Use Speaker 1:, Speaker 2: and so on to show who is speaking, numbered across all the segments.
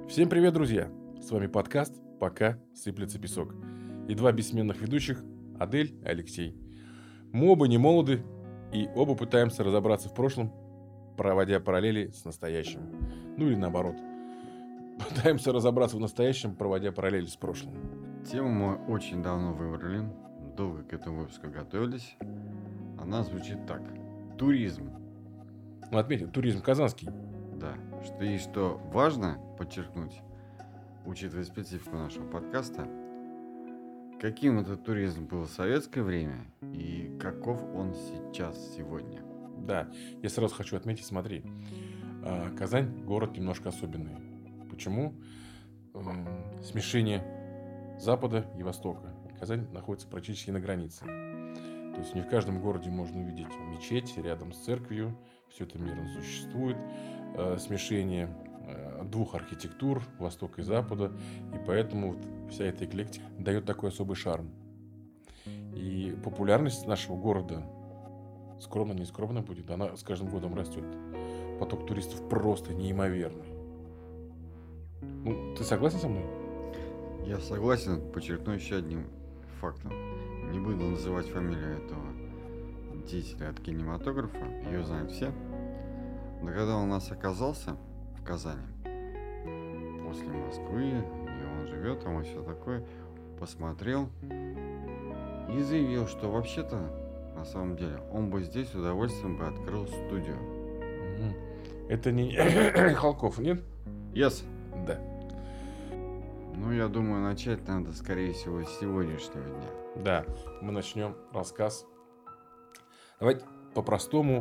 Speaker 1: Всем привет, друзья! С вами подкаст «Пока сыплется песок». И два бессменных ведущих Адель и Алексей. Мы оба не молоды и оба пытаемся разобраться в прошлом, проводя параллели с настоящим. Ну или наоборот. Пытаемся разобраться в настоящем, проводя параллели с прошлым.
Speaker 2: Тему мы очень давно выбрали, долго к этому выпуску готовились. Она звучит так. Туризм.
Speaker 1: Ну, отметим, туризм казанский.
Speaker 2: Да. Что важно подчеркнуть, учитывая специфику нашего подкаста, каким этот туризм был в советское время и каков он сейчас, сегодня.
Speaker 1: Да, я сразу хочу отметить, смотри, Казань город немножко особенный. Почему? Смешение Запада и Востока. Казань находится практически на границе. То есть не в каждом городе можно увидеть мечеть рядом с церковью. Все это мирно существует. Смешение двух архитектур, Востока и Запада. И поэтому вот вся эта эклектика дает такой особый шарм. И популярность нашего города скромно-не скромно будет. Она с каждым годом растет. Поток туристов просто неимоверный. Ну, ты согласен со мной?
Speaker 2: Я согласен, подчеркну еще одним фактом. Не буду называть фамилию этого деятеля от кинематографа, ее знают все. Но когда он у нас оказался в Казани, после Москвы, и он живет там и все такое, посмотрел и заявил, что вообще-то, на самом деле, он бы здесь с удовольствием бы открыл студию.
Speaker 1: Это не Халков, нет?
Speaker 2: Yes.
Speaker 1: Да.
Speaker 2: Ну, я думаю, начать надо, скорее всего, с сегодняшнего дня.
Speaker 1: Да, мы начнем рассказ. Давайте по-простому,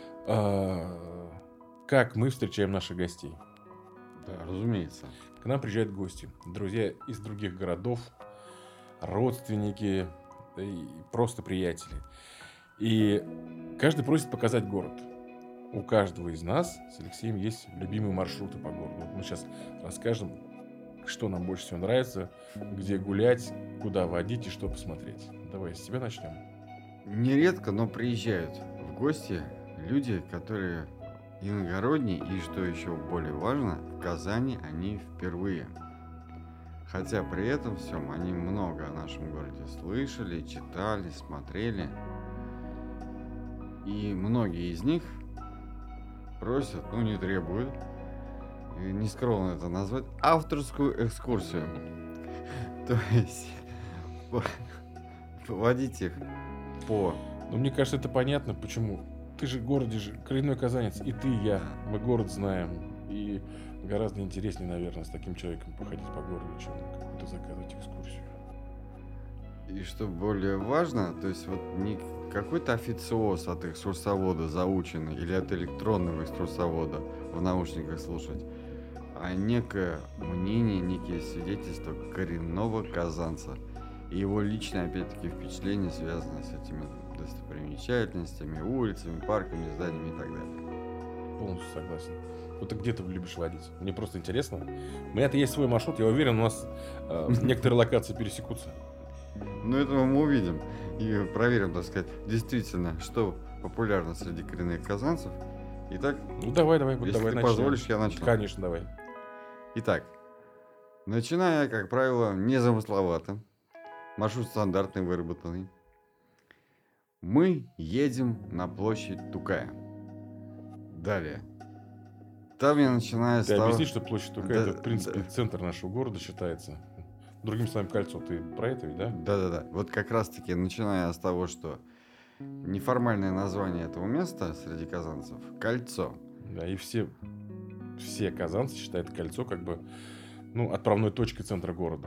Speaker 1: как мы встречаем наших гостей.
Speaker 2: Да, разумеется.
Speaker 1: К нам приезжают гости, друзья из других городов, родственники и просто приятели. И каждый просит показать город. У каждого из нас с Алексеем есть любимые маршруты по городу. Вот мы сейчас расскажем, что нам больше всего нравится, где гулять, куда водить и что посмотреть. Давай с тебя начнем.
Speaker 2: Нередко, но приезжают в гости люди, которые иногородние, и, что еще более важно, в Казани они впервые. Хотя при этом всем они много о нашем городе слышали, читали, смотрели. И многие из них просят, ну не требуют, нескромно это назвать, авторскую экскурсию. То есть поводить их по...
Speaker 1: Ну, мне кажется, это понятно, почему. Ты же в городе, коренной казанец, и ты, и я. Мы город знаем. И гораздо интереснее, наверное, с таким человеком походить по городу, чем какую-то заказывать экскурсию.
Speaker 2: И что более важно, то есть вот не какой-то официоз от экскурсовода заученный или от электронного экскурсовода в наушниках слушать, а некое мнение, некие свидетельства коренного казанца. И его личное, опять-таки, впечатление связано с этими достопримечательностями, улицами, парками, зданиями и так далее.
Speaker 1: Полностью согласен. Вот ты где ты любишь водить? Мне просто интересно. У меня-то есть свой маршрут, я уверен, у нас некоторые локации пересекутся.
Speaker 2: Ну, это мы увидим и проверим, так сказать, действительно, что популярно среди коренных казанцев. Итак,
Speaker 1: ну давай,
Speaker 2: если
Speaker 1: давай
Speaker 2: ты
Speaker 1: начнем.
Speaker 2: позволишь, я начну.
Speaker 1: Конечно, давай.
Speaker 2: Итак, начиная, как правило, незамысловато. Маршрут стандартный, выработанный. Мы едем на площадь Тукая. Далее. Там я начинаю
Speaker 1: Ты объясни, что площадь Тукая, это, в принципе, центр нашего города считается. Другим словом, кольцо. Ты про это ведь, да?
Speaker 2: Да. Вот как раз-таки, начиная с того, что неформальное название этого места среди казанцев – Кольцо.
Speaker 1: Да, и все казанцы считают кольцо как бы, ну, отправной точкой центра города.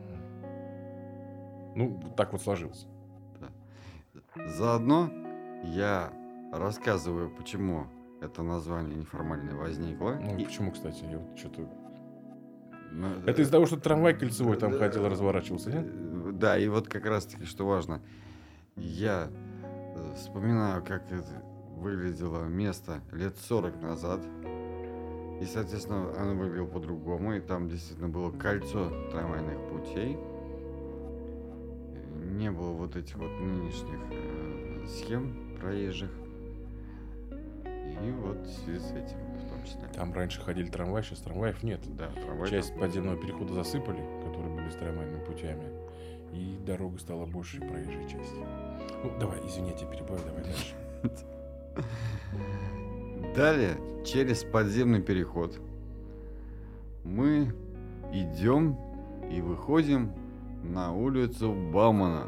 Speaker 1: Ну, так вот сложилось.
Speaker 2: Да. Заодно я рассказываю, почему это название неформальное возникло.
Speaker 1: Ну, почему, кстати? Я вот что-то...
Speaker 2: Ну,
Speaker 1: это из-за того, что трамвай кольцевой там ходил, разворачивался, нет?
Speaker 2: Да, и вот как раз-таки, что важно, я вспоминаю, как это выглядело место лет 40 назад. И, соответственно, оно выглядело по-другому. И там действительно было кольцо трамвайных путей. Не было вот этих вот нынешних схем проезжих. И вот в связи с этим в том числе.
Speaker 1: Там раньше ходили трамваи, сейчас трамваев нет.
Speaker 2: Да, трамвай
Speaker 1: Часть
Speaker 2: там.
Speaker 1: подземного перехода засыпали, которые были с трамвайными путями, и дорога стала больше проезжей части. Ну, давай, извини, я тебя перебиваю, давай дальше.
Speaker 2: Далее, через подземный переход мы идем и выходим на улицу Баумана.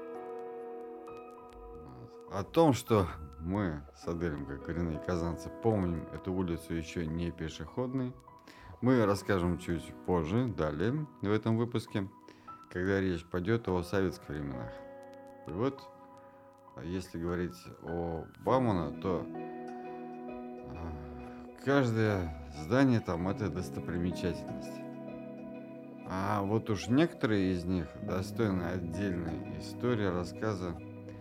Speaker 2: О том, что мы с Аделем, как коренные казанцы, помним эту улицу еще не пешеходной, мы расскажем чуть позже, далее, в этом выпуске, когда речь пойдет о советских временах. И вот, если говорить о Баумана, то каждое здание там это достопримечательность. А вот уж некоторые из них достойны отдельной истории, рассказа.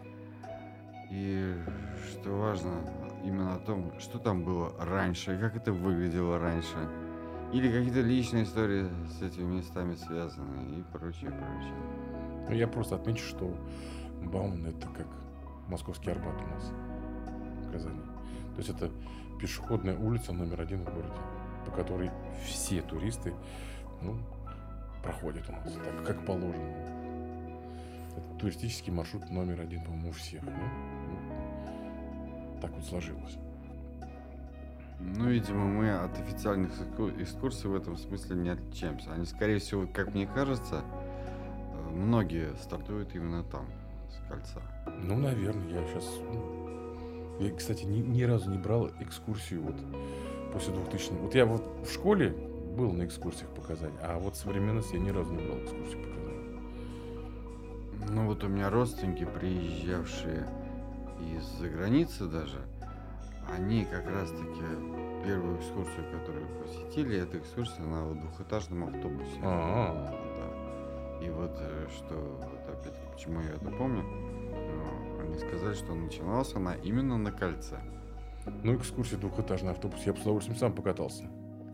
Speaker 2: И что важно, именно о том, что там было раньше, как это выглядело раньше. Или какие-то личные истории с этими местами связаны и прочее, прочее.
Speaker 1: Ну, я просто отмечу, что Бауман — это как московский Арбат у нас в Казани. То есть это пешеходная улица номер 1 в городе, по которой все туристы проходят у нас, так как положено. Это туристический маршрут номер 1, по-моему, у всех. Так вот сложилось.
Speaker 2: Ну, видимо, мы от официальных экскурсий в этом смысле не отличаемся. Они, скорее всего, как мне кажется, многие стартуют именно там, с кольца.
Speaker 1: Ну, наверное, я сейчас... Я, кстати, ни разу не брал экскурсию вот после 2000-х. Вот я вот в школе был на экскурсиях по Казани, а вот современность я ни разу не брал экскурсию по Казани.
Speaker 2: Ну, вот у меня родственники, приезжавшие из-за границы даже, они как раз-таки первую экскурсию, которую посетили, это экскурсия на двухэтажном автобусе. Да. И вот что, вот опять, почему я это помню, они сказали, что начиналась она именно на кольце.
Speaker 1: Ну, экскурсия двухэтажный автобус, я бы с удовольствием сам покатался.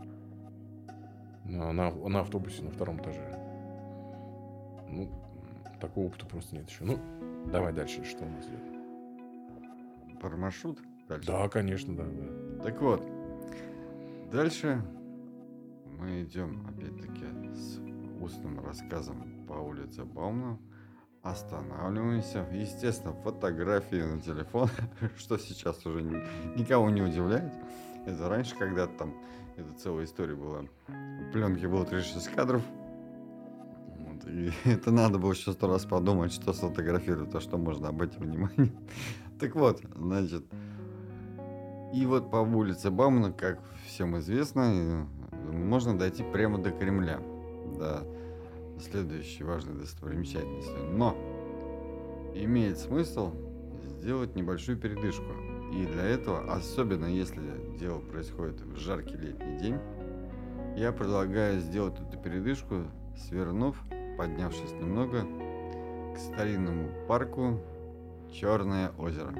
Speaker 1: На автобусе на 2-м этаже. Ну, такого опыта просто нет еще. Ну, давай дальше, что у нас идет.
Speaker 2: Про маршрут дальше?
Speaker 1: Да, конечно, да.
Speaker 2: Так вот, дальше мы идем, опять-таки, с устным рассказом по улице Баумана, останавливаемся, естественно, фотографии на телефон, что сейчас уже никого не удивляет. Это раньше когда-то там, это целая история была, в пленке было 36 кадров, вот, и это надо было еще 100 раз подумать, что сфотографировать, а что можно обратить внимание. Так вот, значит, и вот по улице Баумана, как всем известно, можно дойти прямо до Кремля, до следующей важной достопримечательности. Но имеет смысл сделать небольшую передышку. И для этого, особенно если дело происходит в жаркий летний день, я предлагаю сделать эту передышку, свернув, поднявшись немного, к старинному парку Черное озеро.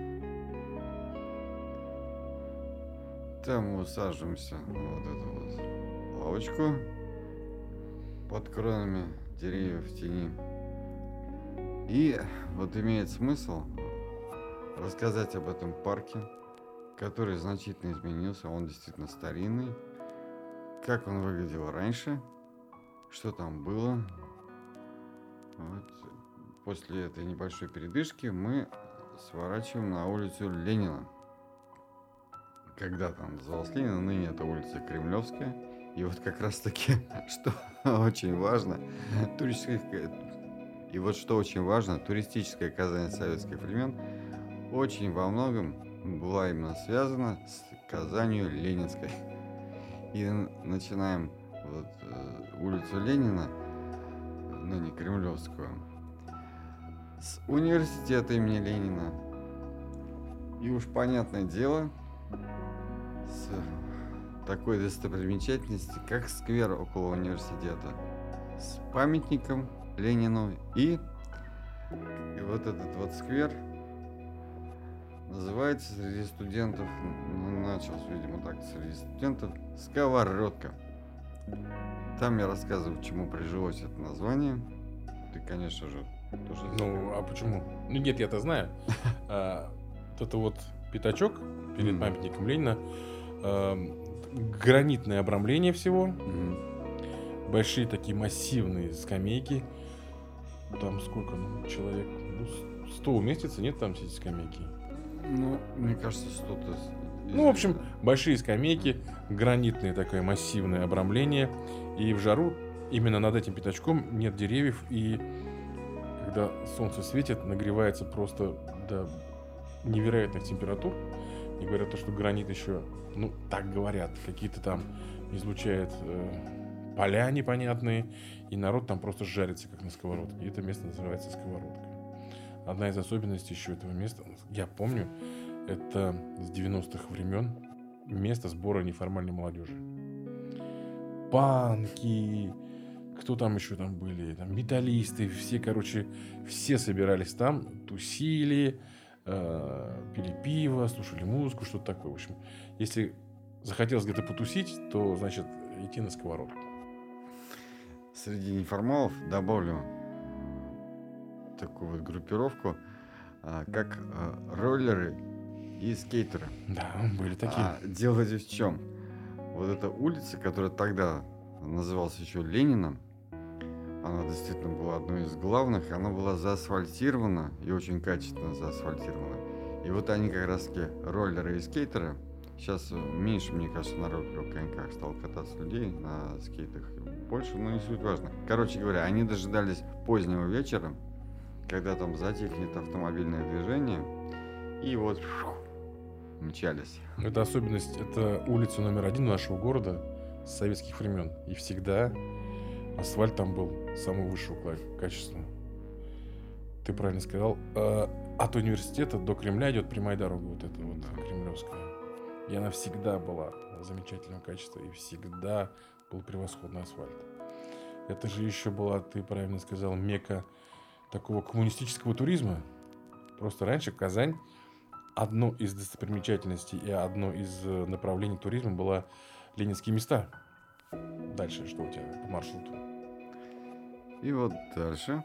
Speaker 2: Там мы усаживаемся на вот эту вот лавочку под кронами деревьев в тени. И вот имеет смысл рассказать об этом парке, который значительно изменился, он действительно старинный, как он выглядел раньше, что там было. Вот. После этой небольшой передышки мы сворачиваем на улицу Ленина. Когда там называлась Ленина, ныне это улица Кремлевская. И вот как раз таки, что очень важно, туристическая Казань советских времен очень во многом была именно связана с Казанью Ленинской. И начинаем вот, улицу Ленина, ныне Кремлевскую, с университета имени Ленина. И уж понятное дело, с такой достопримечательности, как сквер около университета, с памятником Ленину. И вот этот вот сквер называется среди студентов, начался, видимо, так, среди студентов, Сковородка. Там я рассказываю, к чему прижилось это название. Ты, конечно же, тоже знаешь.
Speaker 1: Ну, а почему? Ну, нет, я-то знаю. Вот это вот пятачок перед памятником Ленина, гранитное обрамление всего.
Speaker 2: Мгм.
Speaker 1: Большие такие массивные скамейки. Там сколько, человек? 100 уместится, нет там все эти скамейки?
Speaker 2: Ну, мне кажется, что-то...
Speaker 1: Ну, в общем, большие скамейки, гранитное такое массивное обрамление. И в жару именно над этим пятачком нет деревьев. И когда солнце светит, нагревается просто до невероятных температур. И говорят, что гранит еще, так говорят, какие-то там излучает поля непонятные. И народ там просто жарится, как на сковородке. И это место называется сковородка. Одна из особенностей еще этого места, я помню, это с 90-х времен место сбора неформальной молодежи. Панки, кто там еще там были, там металлисты, все собирались там, тусили, пили пиво, слушали музыку, что-то такое. В общем, если захотелось где-то потусить, то, значит, идти на сковородку.
Speaker 2: Среди неформалов добавлю такую вот группировку, как роллеры и скейтеры.
Speaker 1: Да, были такие.
Speaker 2: Дело здесь в чем? Вот эта улица, которая тогда называлась еще Лениным, она действительно была одной из главных, она была заасфальтирована и очень качественно заасфальтирована. И вот они как раз таки, роллеры и скейтеры, сейчас меньше, мне кажется, на роллерах, коньках стало кататься людей, на скейтах больше, но не суть важно. Короче говоря, они дожидались позднего вечера, когда там затихнет автомобильное движение, и вот мчались.
Speaker 1: Это особенность, это улица номер 1 нашего города с советских времен. И всегда асфальт там был самого высшего качества. Ты правильно сказал. От университета до Кремля идет прямая дорога, вот эта вот кремлевская. И она всегда была замечательного качества, и всегда был превосходный асфальт. Это же еще была, ты правильно сказал, мекка такого коммунистического туризма. Просто раньше Казань, одно из достопримечательностей и одно из направлений туризма была ленинские места. Дальше что у тебя по маршруту?
Speaker 2: И вот дальше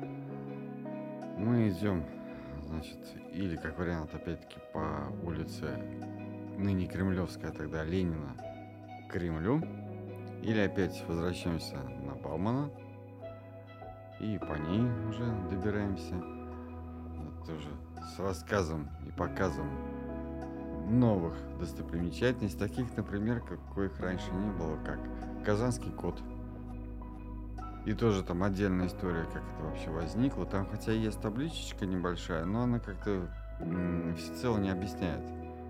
Speaker 2: мы идем, значит, или как вариант, опять-таки, по улице ныне Кремлевская, тогда Ленина, к Кремлю, или опять возвращаемся на Баумана и по ней уже добираемся, тоже с рассказом и показом новых достопримечательностей, таких, например, каких раньше не было, как Казанский кот. И тоже там отдельная история, как это вообще возникло. Там хотя есть табличечка небольшая, но она как-то всецело не объясняет,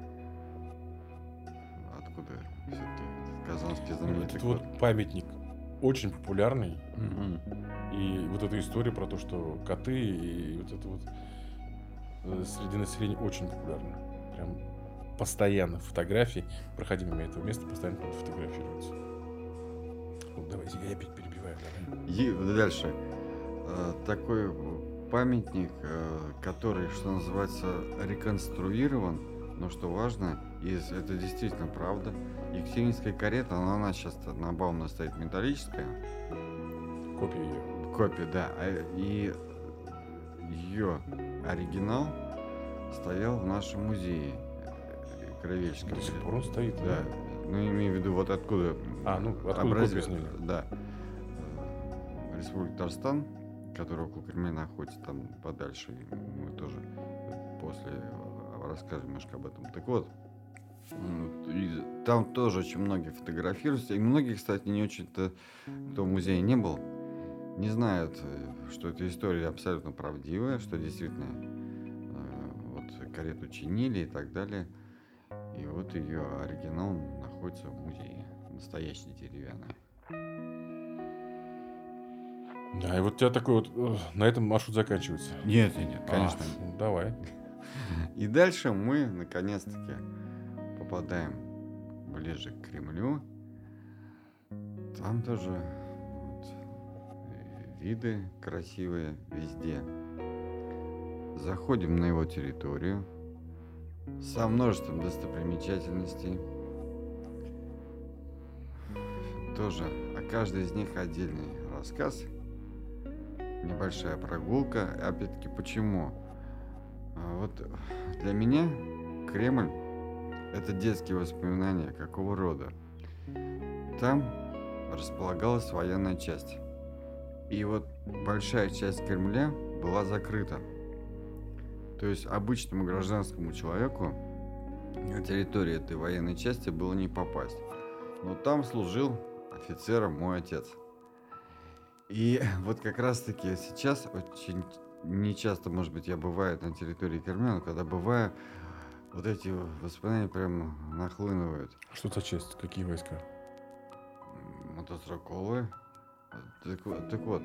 Speaker 2: откуда все-таки казанский знаменитый
Speaker 1: Этот
Speaker 2: кот.
Speaker 1: вот памятник очень популярный. И вот эта история про то, что коты и вот это вот среди населения очень популярно. Прям постоянно фотографии, проходя мимо этого места, постоянно кто-то фотографируется. Вот давайте, я опять перебиваю. Давай.
Speaker 2: И дальше. Такой памятник, который, что называется, реконструирован, но что важно, это действительно правда. Екатерининская карета, она сейчас на Баумана стоит металлическая.
Speaker 1: Копия ее.
Speaker 2: Копия, да. И ее оригинал стоял в нашем музее Кровельском.
Speaker 1: До сих пор он стоит.
Speaker 2: Да. Ну, имею в виду, вот откуда...
Speaker 1: откуда копию сняли?
Speaker 2: Да. Республика Татарстан, которая около Кремля находится, там подальше. Мы тоже после расскажем немножко об этом. Так вот, и там тоже очень многие фотографируются. И многие, кстати, не очень-то, кто в музее не был, не знают, что эта история абсолютно правдивая, что действительно вот карету чинили и так далее. И вот ее оригинал находится в музее, настоящий деревянный.
Speaker 1: Да, и вот у тебя такой вот, на этом маршрут заканчивается.
Speaker 2: Нет, конечно.
Speaker 1: Давай.
Speaker 2: И дальше мы, наконец-таки, попадаем ближе к Кремлю. Там тоже вот виды красивые везде. Заходим на его территорию со множеством достопримечательностей. Тоже о каждой из них отдельный рассказ. Небольшая прогулка. Опять-таки, почему? Вот для меня Кремль это детские воспоминания какого рода? Там располагалась военная часть. И вот большая часть Кремля была закрыта. То есть обычному гражданскому человеку на территории этой военной части было не попасть. Но там служил офицером мой отец. И вот как раз таки сейчас очень нечасто, может быть, я бываю на территории Кремля, но когда бываю, вот эти воспоминания прям нахлынывают.
Speaker 1: Что за часть? Какие войска?
Speaker 2: Мотострелковые. Так вот,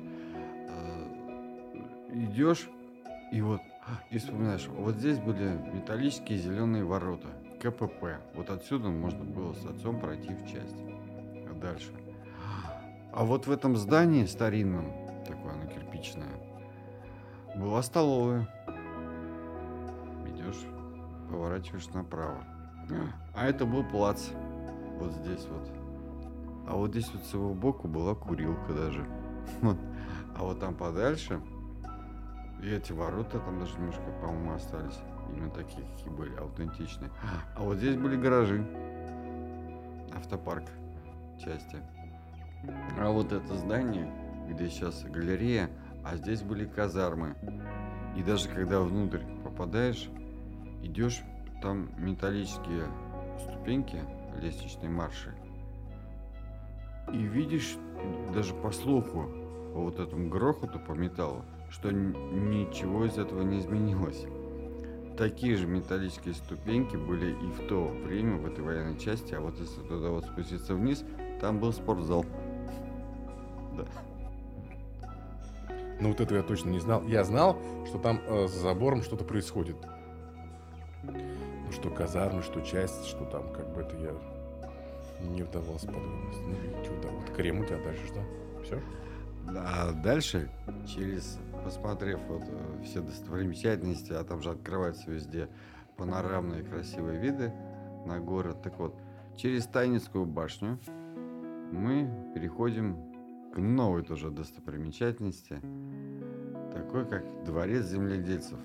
Speaker 2: идешь и вот и вспоминаешь, вот здесь были металлические зеленые ворота, КПП. Вот отсюда можно было с отцом пройти в часть. А дальше. А вот в этом здании старинном, такое оно кирпичное, была столовая. Идешь, поворачиваешь направо. А это был плац. Вот здесь вот. А вот здесь вот с его боку была курилка даже. А вот там подальше, и эти ворота там даже немножко, по-моему, остались. Именно такие, какие были, аутентичные. А вот здесь были гаражи. Автопарк части. А вот это здание, где сейчас галерея, а здесь были казармы. И даже когда внутрь попадаешь, идешь, там металлические ступеньки, лестничные марши. И видишь, даже по слуху, по вот этому грохоту по металлу, что ничего из этого не изменилось. Такие же металлические ступеньки были и в то время в этой военной части, а вот если туда вот спуститься вниз, там был спортзал. Да.
Speaker 1: Ну вот этого я точно не знал. Я знал, что там за забором что-то происходит. Ну что казармы, что часть, что там, как бы это я не вдавался в подробности. Ну видите, вот Крем у тебя дальше что? Все?
Speaker 2: А дальше, посмотрев вот все достопримечательности, а там же открываются везде панорамные красивые виды на город. Так вот, через Тайницкую башню мы переходим к новой тоже достопримечательности, такой как Дворец земледельцев.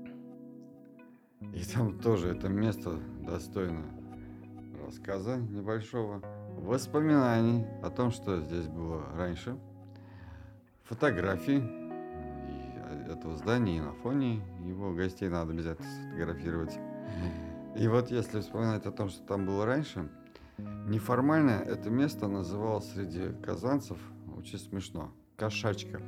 Speaker 2: И там тоже это место достойно рассказа небольшого, воспоминаний о том, что здесь было раньше, фотографий этого здания и на фоне его гостей надо обязательно сфотографировать. И вот если вспоминать о том, что там было раньше, неформально это место называлось среди казанцев, очень смешно, кошачка.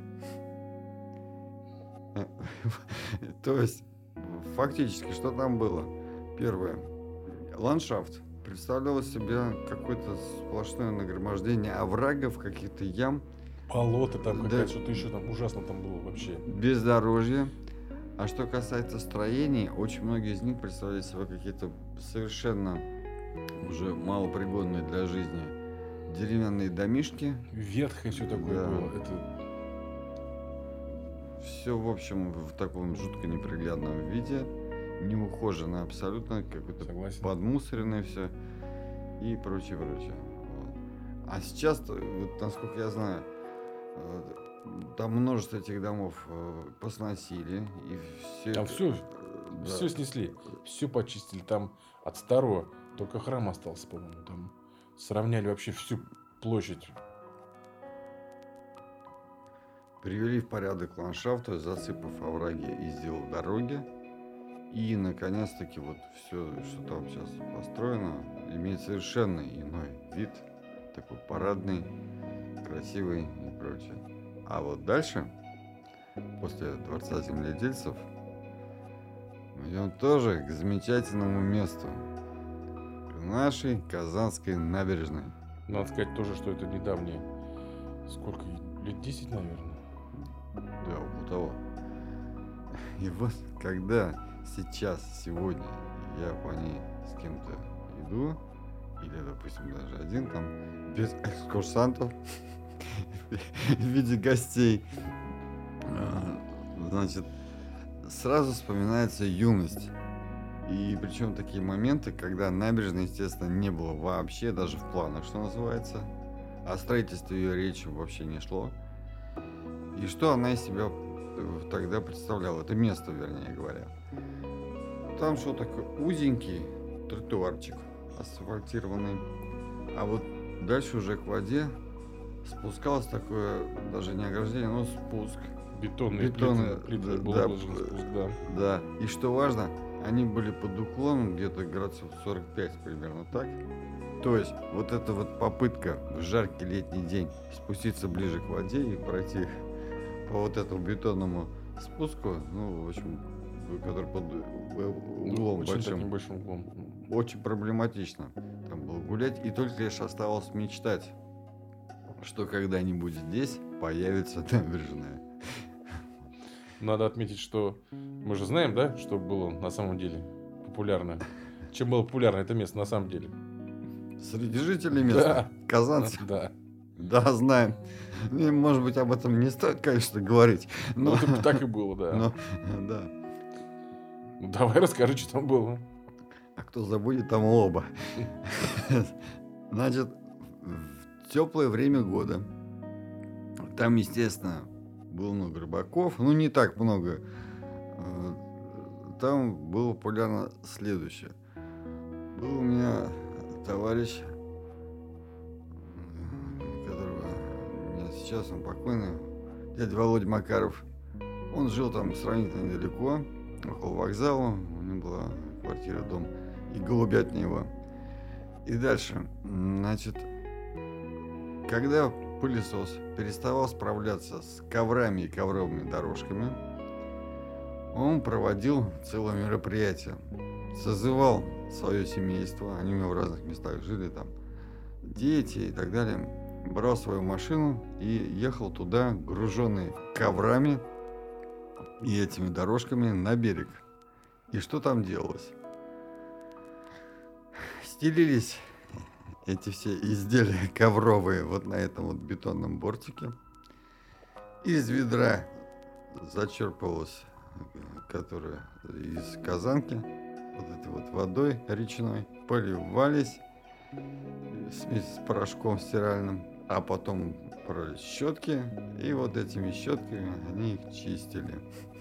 Speaker 2: То есть, фактически, что там было? Первое. Ландшафт представлял из себя какое-то сплошное нагромождение оврагов, каких-то ям.
Speaker 1: Болото там
Speaker 2: Да.
Speaker 1: какая-то, что-то еще там ужасно там было вообще.
Speaker 2: Бездорожье. А что касается строений, очень многие из них представляли собой какие-то совершенно уже малопригодные для жизни деревянные домишки.
Speaker 1: Ветхое все такое
Speaker 2: Да.
Speaker 1: было. Это
Speaker 2: Все, в общем, в таком жутко неприглядном виде. Неухоженно абсолютно, какое-то
Speaker 1: согласен.
Speaker 2: подмусоренное все и прочее, прочее. Вот. А сейчас, вот, насколько я знаю, там множество этих домов посносили. И все
Speaker 1: Там
Speaker 2: это,
Speaker 1: все,
Speaker 2: да.
Speaker 1: все снесли, все почистили. Там от старого только храм остался, по-моему. Там сравняли вообще всю площадь.
Speaker 2: Привели в порядок ландшафта, засыпав овраги и сделав дороги. И, наконец-таки, вот все, что там сейчас построено, имеет совершенно иной вид. Такой парадный, красивый и прочее. А вот дальше, после Дворца земледельцев, мы идем тоже к замечательному месту. К нашей Казанской набережной.
Speaker 1: Надо сказать тоже, что это недавнее. Сколько? Лет 10, наверное.
Speaker 2: Да, около того. И вот, когда сейчас, сегодня я по ней с кем-то иду, или, допустим, даже один там, без экскурсантов, в виде гостей, значит, сразу вспоминается юность. И причем такие моменты, когда набережной, естественно, не было вообще, даже в планах, что называется. О строительстве ее речи вообще не шло. И что она из себя тогда представляла? Это место, вернее говоря. Там шел такой узенький, тротуарчик асфальтированный. А вот дальше уже к воде спускалось такое, даже не ограждение, но спуск.
Speaker 1: Бетонные плиты был
Speaker 2: да,
Speaker 1: выложен спуск, да.
Speaker 2: да. И что важно, они были под уклоном где-то градусов 45 примерно так. То есть вот эта вот попытка в жаркий летний день спуститься ближе к воде и пройти по вот этому бетонному спуску, ну, в общем, который под углом
Speaker 1: Очень
Speaker 2: большим,
Speaker 1: таким большим углом.
Speaker 2: очень проблематично там было гулять. И только лишь оставалось мечтать, что когда-нибудь здесь появится набережная.
Speaker 1: Надо отметить, что мы же знаем, да, что было на самом деле популярно. Чем было популярно это место на самом деле?
Speaker 2: Среди жителей места, казанцев.
Speaker 1: Да.
Speaker 2: Да, знаем. И, может быть, об этом не стоит, конечно, говорить.
Speaker 1: Ну, это так и было, да.
Speaker 2: Но, да.
Speaker 1: Ну, давай расскажи, что там было.
Speaker 2: А кто забудет, там оба. Значит, в теплое время года там, естественно, было много рыбаков. Ну, не так много. Там было популярно следующее. Был у меня товарищ, которого у меня сейчас, он покойный, дядя Володя Макаров. Он жил там сравнительно недалеко, около вокзала. У него была квартира, дом и голубятня его. И дальше, значит, когда пылесос переставал справляться с коврами и ковровыми дорожками, он проводил целое мероприятие. Созывал свое семейство, они у него в разных местах жили, там дети и так далее. Брал свою машину и ехал туда, груженный коврами и этими дорожками на берег. И что там делалось? Стелились эти все изделия ковровые вот на этом вот бетонном бортике. Из ведра зачерпывалось, которая из казанки, вот этой вот водой речной, поливались смесь с порошком стиральным, а потом брали щетки, и вот этими щетками они их чистили.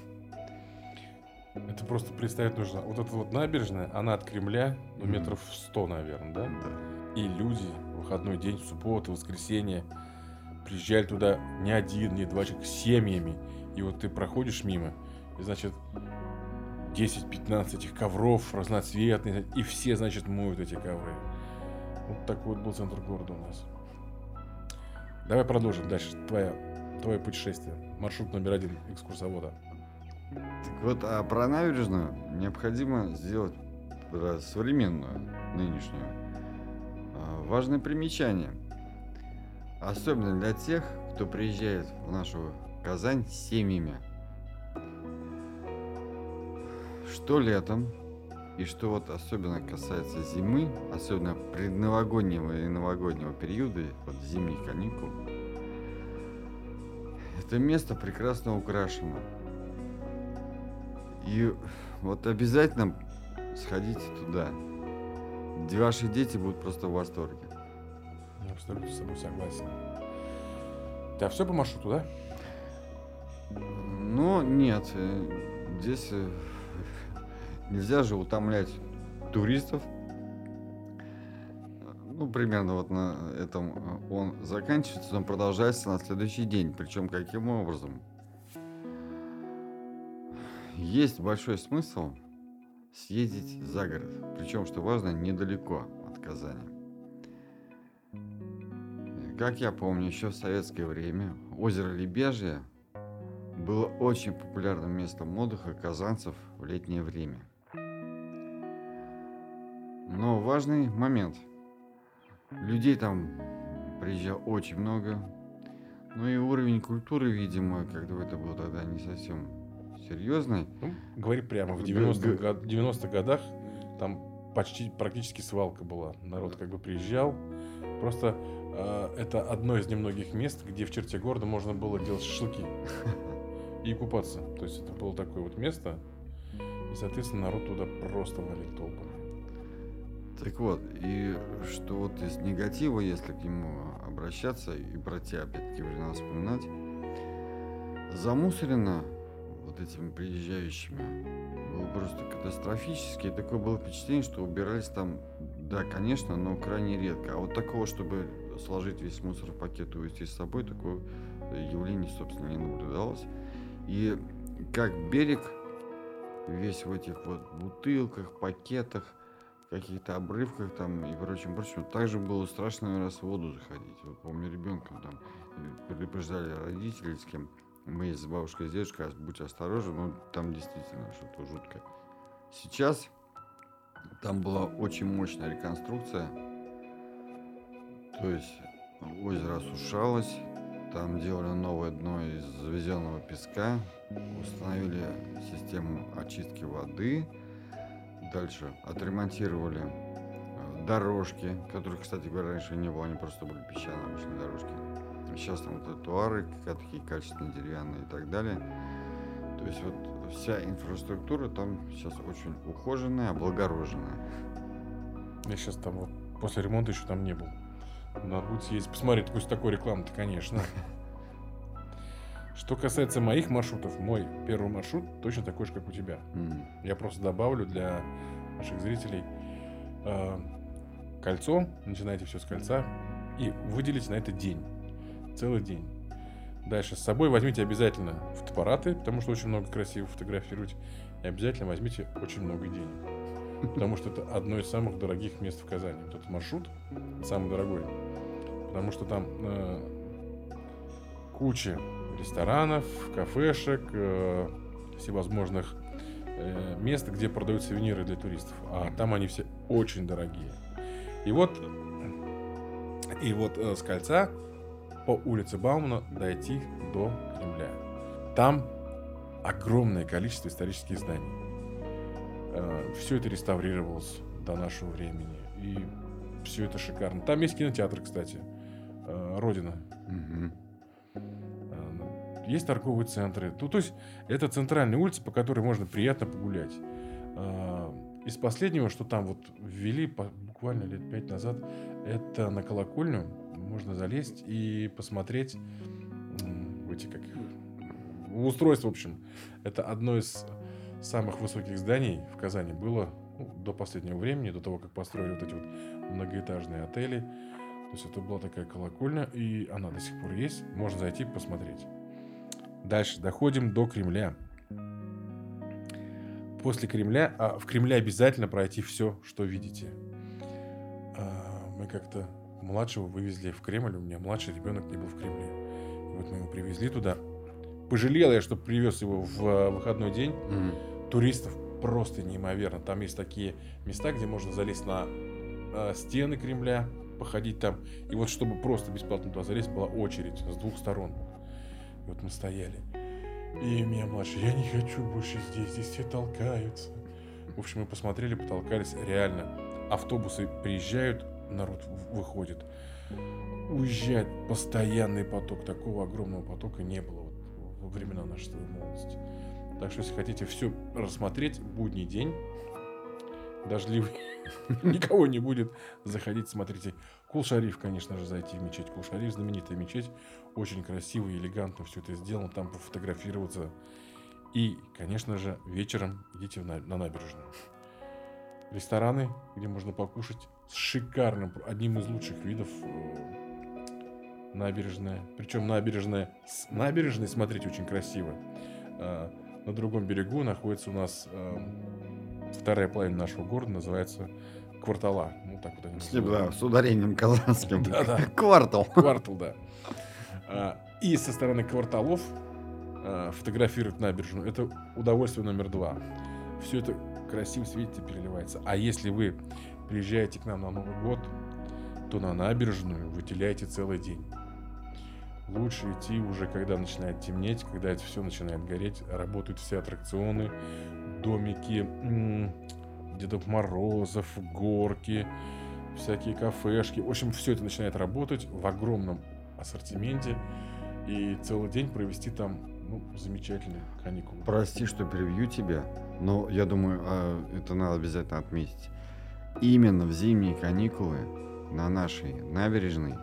Speaker 1: Это просто представить нужно. Вот эта вот набережная, она от Кремля, ну, метров 100, наверное, да?
Speaker 2: Да.
Speaker 1: И люди в выходной день, в субботу, воскресенье приезжали туда не один, не два человека, с семьями. И вот ты проходишь мимо, и, значит, 10-15 этих ковров разноцветных, и все, значит, моют эти ковры. Вот такой вот был центр города у нас. Давай продолжим дальше. Твое путешествие. Маршрут номер 1 экскурсовода.
Speaker 2: Так вот, а про набережную необходимо сделать современную, нынешнюю. Важное примечание. Особенно для тех, кто приезжает в нашу Казань с семьями. Что летом, и что вот особенно касается зимы, особенно предновогоднего и новогоднего периода, вот зимних каникул, это место прекрасно украшено. И вот обязательно сходите туда. Ваши дети будут просто в восторге.
Speaker 1: Я абсолютно с собой согласен. Да, все по маршруту, да?
Speaker 2: Но нет, здесь нельзя же утомлять туристов. Ну, примерно вот на этом он заканчивается, он продолжается на следующий день. Причем каким образом? Есть большой смысл съездить за город. Причем, что важно, недалеко от Казани. Как я помню, еще в советское время озеро Лебяжье было очень популярным местом отдыха казанцев в летнее время. Но важный момент. Людей там приезжало очень много. Ну и уровень культуры, видимо, когда это было тогда не совсем серьезный.
Speaker 1: Ну, говори прямо, в 90-х годах там практически свалка была. Народ как бы приезжал. Просто это одно из немногих мест, где в черте города можно было делать шашлыки и купаться. То есть это было такое вот место, и, соответственно, народ туда просто валил толпами.
Speaker 2: Так вот, и что вот из негатива, если к нему обращаться, и про тебя опять-таки времена вспоминать, замусорено вот этими приезжающими был просто катастрофический. И такое было впечатление, что убирались там, да, конечно, но крайне редко. А вот такого, чтобы сложить весь мусор в пакет и увезти с собой, такое явление, собственно, не наблюдалось. И как берег весь в этих вот бутылках, пакетах, каких-то обрывках там и прочем. Также было страшно раз в воду заходить. Вот помню, ребенком там предупреждали родителей, с кем мы есть с бабушкой, с дедушкой, будь осторожен, ну там действительно что-то жуткое. Сейчас там была очень мощная реконструкция, то есть озеро осушалось, там делали новое дно из завезенного песка, установили систему очистки воды, дальше отремонтировали дорожки, которых, кстати говоря, раньше не было, они просто были песчаные обычные дорожки. Сейчас там тротуары, такие качественные, деревянные и так далее. То есть вот вся инфраструктура там сейчас очень ухоженная, облагороженная.
Speaker 1: Я сейчас там вот после ремонта еще там не был. Надо будет съездить посмотреть, пусть такой рекламы-то, конечно. Что касается моих маршрутов, мой первый маршрут точно такой же, как у тебя. Я просто добавлю для наших зрителей кольцо, начинайте все с кольца и выделите на это день, целый день. Дальше с собой возьмите обязательно фотоаппараты, потому что очень много красиво фотографировать, и обязательно возьмите очень много денег, потому что это одно из самых дорогих мест в Казани. Вот этот маршрут самый дорогой, потому что там куча ресторанов, кафешек, всевозможных мест, где продают сувениры для туристов. А там они все очень дорогие. И вот с кольца по улице Баумана дойти до Кремля. Там огромное количество исторических зданий. Все это реставрировалось до нашего времени. И все это шикарно. Там есть кинотеатр, кстати. Родина. Есть торговые центры. То есть это центральная улица, по которой можно приятно погулять. Из последнего, что там вот ввели буквально лет 5 назад, это на Колокольню. Можно залезть и посмотреть устройство, в общем. Это одно из самых высоких зданий в Казани было до последнего времени, до того, как построили вот эти вот многоэтажные отели. То есть это была такая колокольня, и она до сих пор есть. Можно зайти посмотреть. Дальше доходим до Кремля. После Кремля, в Кремле обязательно пройти все, что видите. Мы как-то младшего вывезли в Кремль, у меня младший ребенок не был в Кремле. И вот мы его привезли туда. Пожалел я, что привез его в выходной день. Туристов просто неимоверно. Там есть такие места, где можно залезть на стены Кремля, походить там. И вот чтобы просто бесплатно туда залезть, была очередь с двух сторон. И вот мы стояли. И меня младший: я не хочу больше здесь все толкаются. В общем, мы посмотрели, потолкались. Реально, автобусы приезжают, народ выходит. Уезжает постоянный поток. Такого огромного потока не было во времена нашей молодости. Так что, если хотите все рассмотреть, будний день, дождливый, никого не будет, заходите, смотрите. Кул-Шариф, конечно же, зайти в мечеть Кул-Шариф, знаменитая мечеть, очень красиво и элегантно все это сделано, там пофотографироваться. И, конечно же, вечером идите на набережную. Рестораны, где можно покушать, с шикарным, одним из лучших видов набережная. Причем с набережной смотреть очень красиво. На другом берегу находится у нас вторая половина нашего города, называется Квартала. Ну, так вот они называют.
Speaker 2: Да, с ударением казанским.
Speaker 1: Да.
Speaker 2: Квартал.
Speaker 1: Квартал, да. И со стороны кварталов фотографировать набережную — это удовольствие номер 2. Все это красиво светится и переливается. А если вы приезжаете к нам на Новый год, то на набережную выделяйте целый день. Лучше идти уже, когда начинает темнеть, когда это все начинает гореть. Работают все аттракционы, домики Дедов Морозов, горки, всякие кафешки. В общем, все это начинает работать в огромном ассортименте. И целый день провести там, замечательные каникулы.
Speaker 2: Прости, что перебью тебя, но я думаю, это надо обязательно отметить. Именно в зимние каникулы на нашей набережной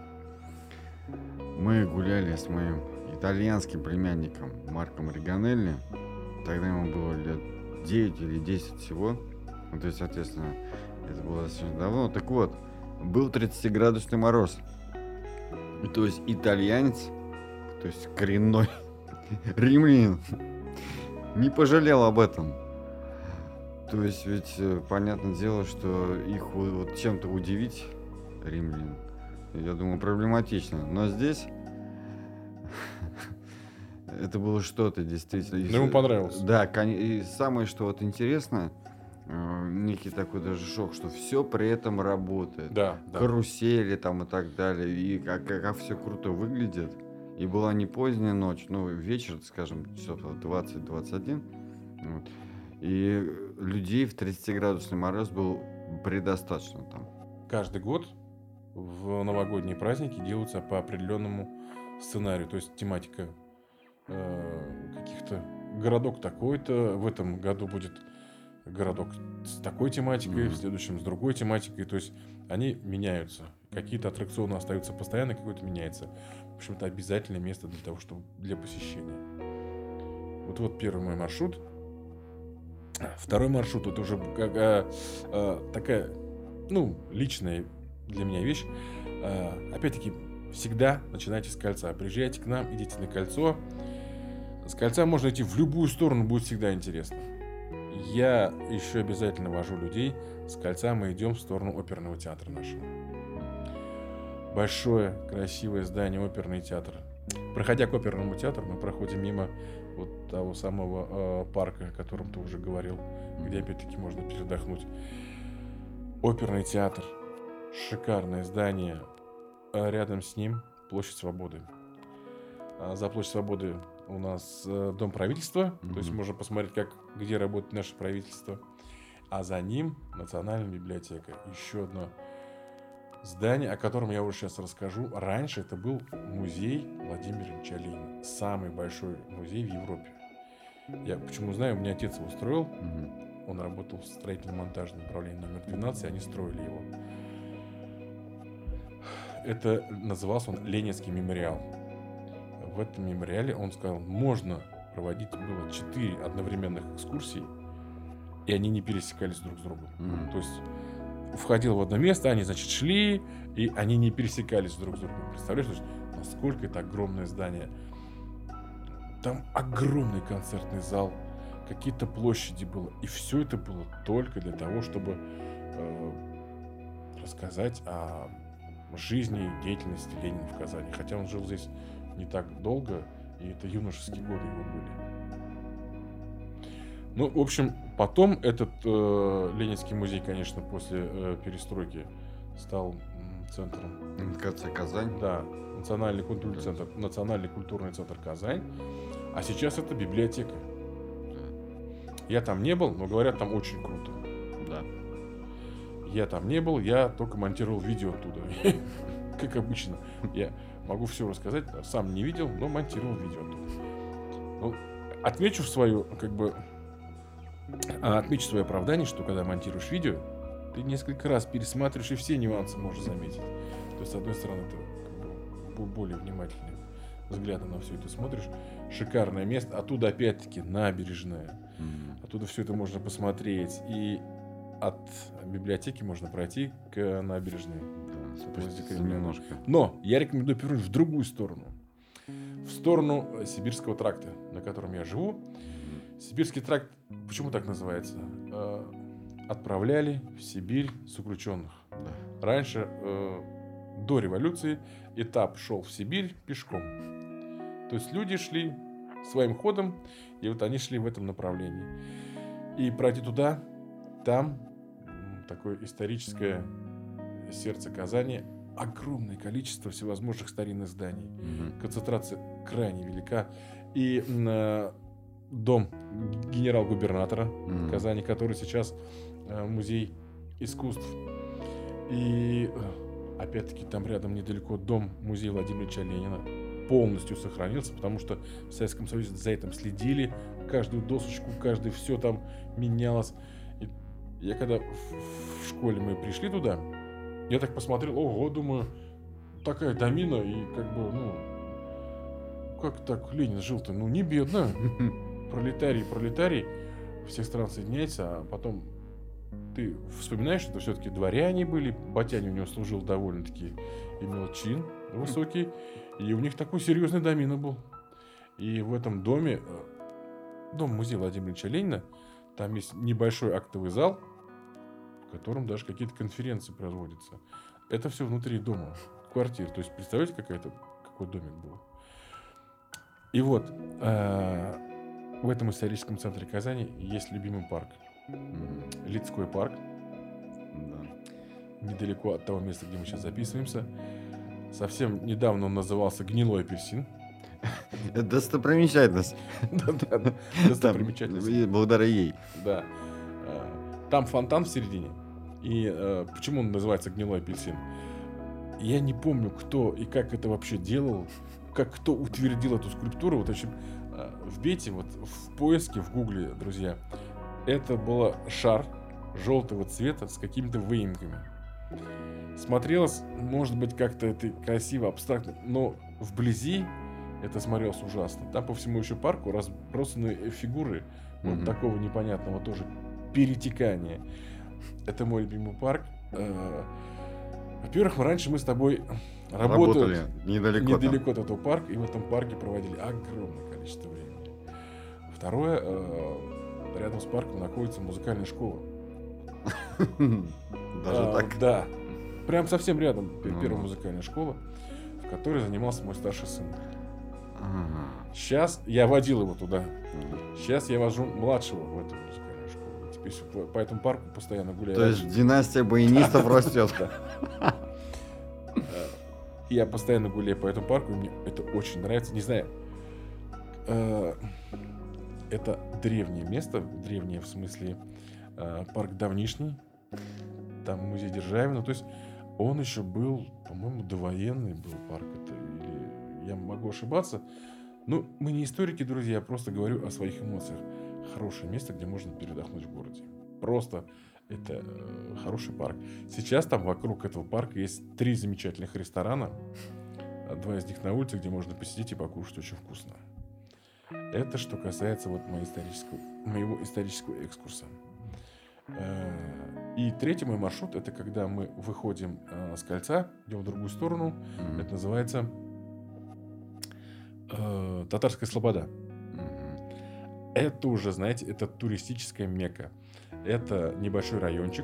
Speaker 2: мы гуляли с моим итальянским племянником Марком Риганелли. Тогда ему было лет 9 или 10 всего. Ну, то есть, соответственно, это было достаточно давно. Так вот, был 30-градусный мороз. И то есть итальянец, то есть коренной римлянин, не пожалел об этом. То есть ведь понятное дело, что их вот чем-то удивить римлян, я думаю, проблематично. Но здесь это было что-то действительно.
Speaker 1: Но ему понравилось.
Speaker 2: Да, и самое, что вот интересно, некий такой даже шок, что все при этом работает.
Speaker 1: Да.
Speaker 2: Карусели там и так далее. И как все круто выглядит. И была не поздняя ночь, вечер, скажем, часов 20-21. Вот. И людей в 30-градусный мороз был предостаточно там.
Speaker 1: Каждый год в новогодние праздники делаются по определенному сценарию. То есть тематика каких-то городок такой-то. В этом году будет городок с такой тематикой, в следующем с другой тематикой. То есть они меняются. Какие-то аттракционы остаются постоянно, какой-то меняется. В общем, это обязательное место для того, чтобы для посещения. Вот первый мой маршрут. Второй маршрут, это уже такая, личная для меня вещь. Опять-таки, всегда начинайте с кольца. Приезжайте к нам, идите на кольцо. С кольца можно идти в любую сторону, будет всегда интересно. Я еще обязательно вожу людей. С кольца мы идем в сторону оперного театра нашего. Большое, красивое здание, оперный театр. Проходя к оперному театру, мы проходим мимо вот того самого парка, о котором ты уже говорил, где опять-таки можно передохнуть. Оперный театр. Шикарное здание. Рядом с ним Площадь Свободы. За Площадь Свободы у нас Дом правительства. То есть можно посмотреть, где работает наше правительство. А за ним Национальная библиотека. Еще одно здание, о котором я уже сейчас расскажу. Раньше это был музей Владимира Ильича Ленина. Самый большой музей в Европе. Я почему знаю, у меня отец его строил. Он работал в строительно-монтажном управлении номер 12, и они строили его. Это назывался он Ленинский мемориал. В этом мемориале он сказал, можно проводить было 4 одновременных экскурсии, и они не пересекались друг с другом. То есть входил в одно место, они, шли, и они не пересекались друг с другом. Представляешь, насколько это огромное здание? Там огромный концертный зал, какие-то площади было. И все это было только для того, чтобы рассказать о жизни и деятельности Ленина в Казани. Хотя он жил здесь не так долго, и это юношеские годы его были. В общем, потом этот Ленинский музей, конечно, после перестройки стал центром.
Speaker 2: МКЦ Казань.
Speaker 1: Да, Национальный культурный центр Казань. А сейчас это библиотека. Я там не был, но говорят, там очень круто.
Speaker 2: Да.
Speaker 1: Я там не был, я только монтировал видео оттуда. Как обычно. Я могу все рассказать, сам не видел, но монтировал видео оттуда. Отмечу свое оправдание, что когда монтируешь видео, ты несколько раз пересматриваешь и все нюансы можешь заметить. То есть, с одной стороны, ты более внимательным взглядом на все это смотришь. Шикарное место. Оттуда опять-таки набережная. Оттуда все это можно посмотреть. И от библиотеки можно пройти к набережной.
Speaker 2: Да, немножко.
Speaker 1: Но я рекомендую повернуть в другую сторону. В сторону Сибирского тракта, на котором я живу. Сибирский тракт, почему так называется? Отправляли в Сибирь заключенных.
Speaker 2: Да.
Speaker 1: Раньше, до революции, этап шел в Сибирь пешком. То есть люди шли своим ходом, и вот они шли в этом направлении. И пройти туда, там такое историческое сердце Казани, огромное количество всевозможных старинных зданий. Концентрация крайне велика. И дом генерал-губернатора Казани, который сейчас музей искусств. И опять-таки там рядом недалеко дом-музей Владимира Ильича Ленина. Полностью сохранился, потому что в Советском Союзе за этим следили. Каждую досочку, каждое все там менялось. И я когда в школе мы пришли туда, я так посмотрел, ого, думаю, такая домина, и как так Ленин жил-то, не бедно. пролетарий всех стран соединяется, а потом ты вспоминаешь, что все-таки дворяне были, батяня у него служил довольно-таки, имел чин высокий, и у них такой серьезный домина был. И в этом доме, дом-музей Владимира Ильича Ленина, там есть небольшой актовый зал, в котором даже какие-то конференции проводятся. Это все внутри дома, квартиры. То есть, представляете, какой домик был? И вот, в этом историческом центре Казани есть любимый парк. Лидской парк.
Speaker 2: Да.
Speaker 1: Недалеко от того места, где мы сейчас записываемся. Совсем недавно он назывался «Гнилой апельсин».
Speaker 2: Это достопримечательность.
Speaker 1: Да, достопримечательность.
Speaker 2: Благодаря ей.
Speaker 1: Да. Там фонтан в середине. И почему он называется «Гнилой апельсин»? Я не помню, кто и как это вообще делал, как кто утвердил эту скульптуру. Вот, в общем, вбейте вот в поиске, в гугле, друзья. Это был шар желтого цвета с какими-то выемками. Смотрелось, может быть, как-то это красиво, абстрактно, но вблизи это смотрелось ужасно. Там по всему еще парку разбросаны фигуры вот такого непонятного тоже перетекания. Это мой любимый парк. Во-первых, раньше мы с тобой работали недалеко от этого парка, и в этом парке проводили огромное количество времени. Второе, рядом с парком находится музыкальная школа.
Speaker 2: Даже так?
Speaker 1: Да. Прям совсем рядом первая музыкальная школа, в которой занимался мой старший сын. Сейчас я водил его туда. Сейчас я вожу младшего в эту музыкальную школу. Теперь по этому парку постоянно гуляю.
Speaker 2: То есть династия баянистов растет.
Speaker 1: Я постоянно гуляю по этому парку, и мне это очень нравится. Не знаю, это древнее место, древнее в смысле парк давнишний. Там музей Державина. То есть он еще был, по-моему, довоенный был парк. Это, или я могу ошибаться. Но мы не историки, друзья, я просто говорю о своих эмоциях. Хорошее место, где можно передохнуть в городе. Просто это хороший парк. Сейчас там вокруг этого парка есть 3 замечательных ресторана. 2 из них на улице, где можно посидеть и покушать очень вкусно. Это что касается вот моего исторического экскурса. И третий мой маршрут — это когда мы выходим с кольца, идем в другую сторону. Это называется Татарская Слобода. Это уже, знаете, это туристическая Мекка. Это небольшой райончик,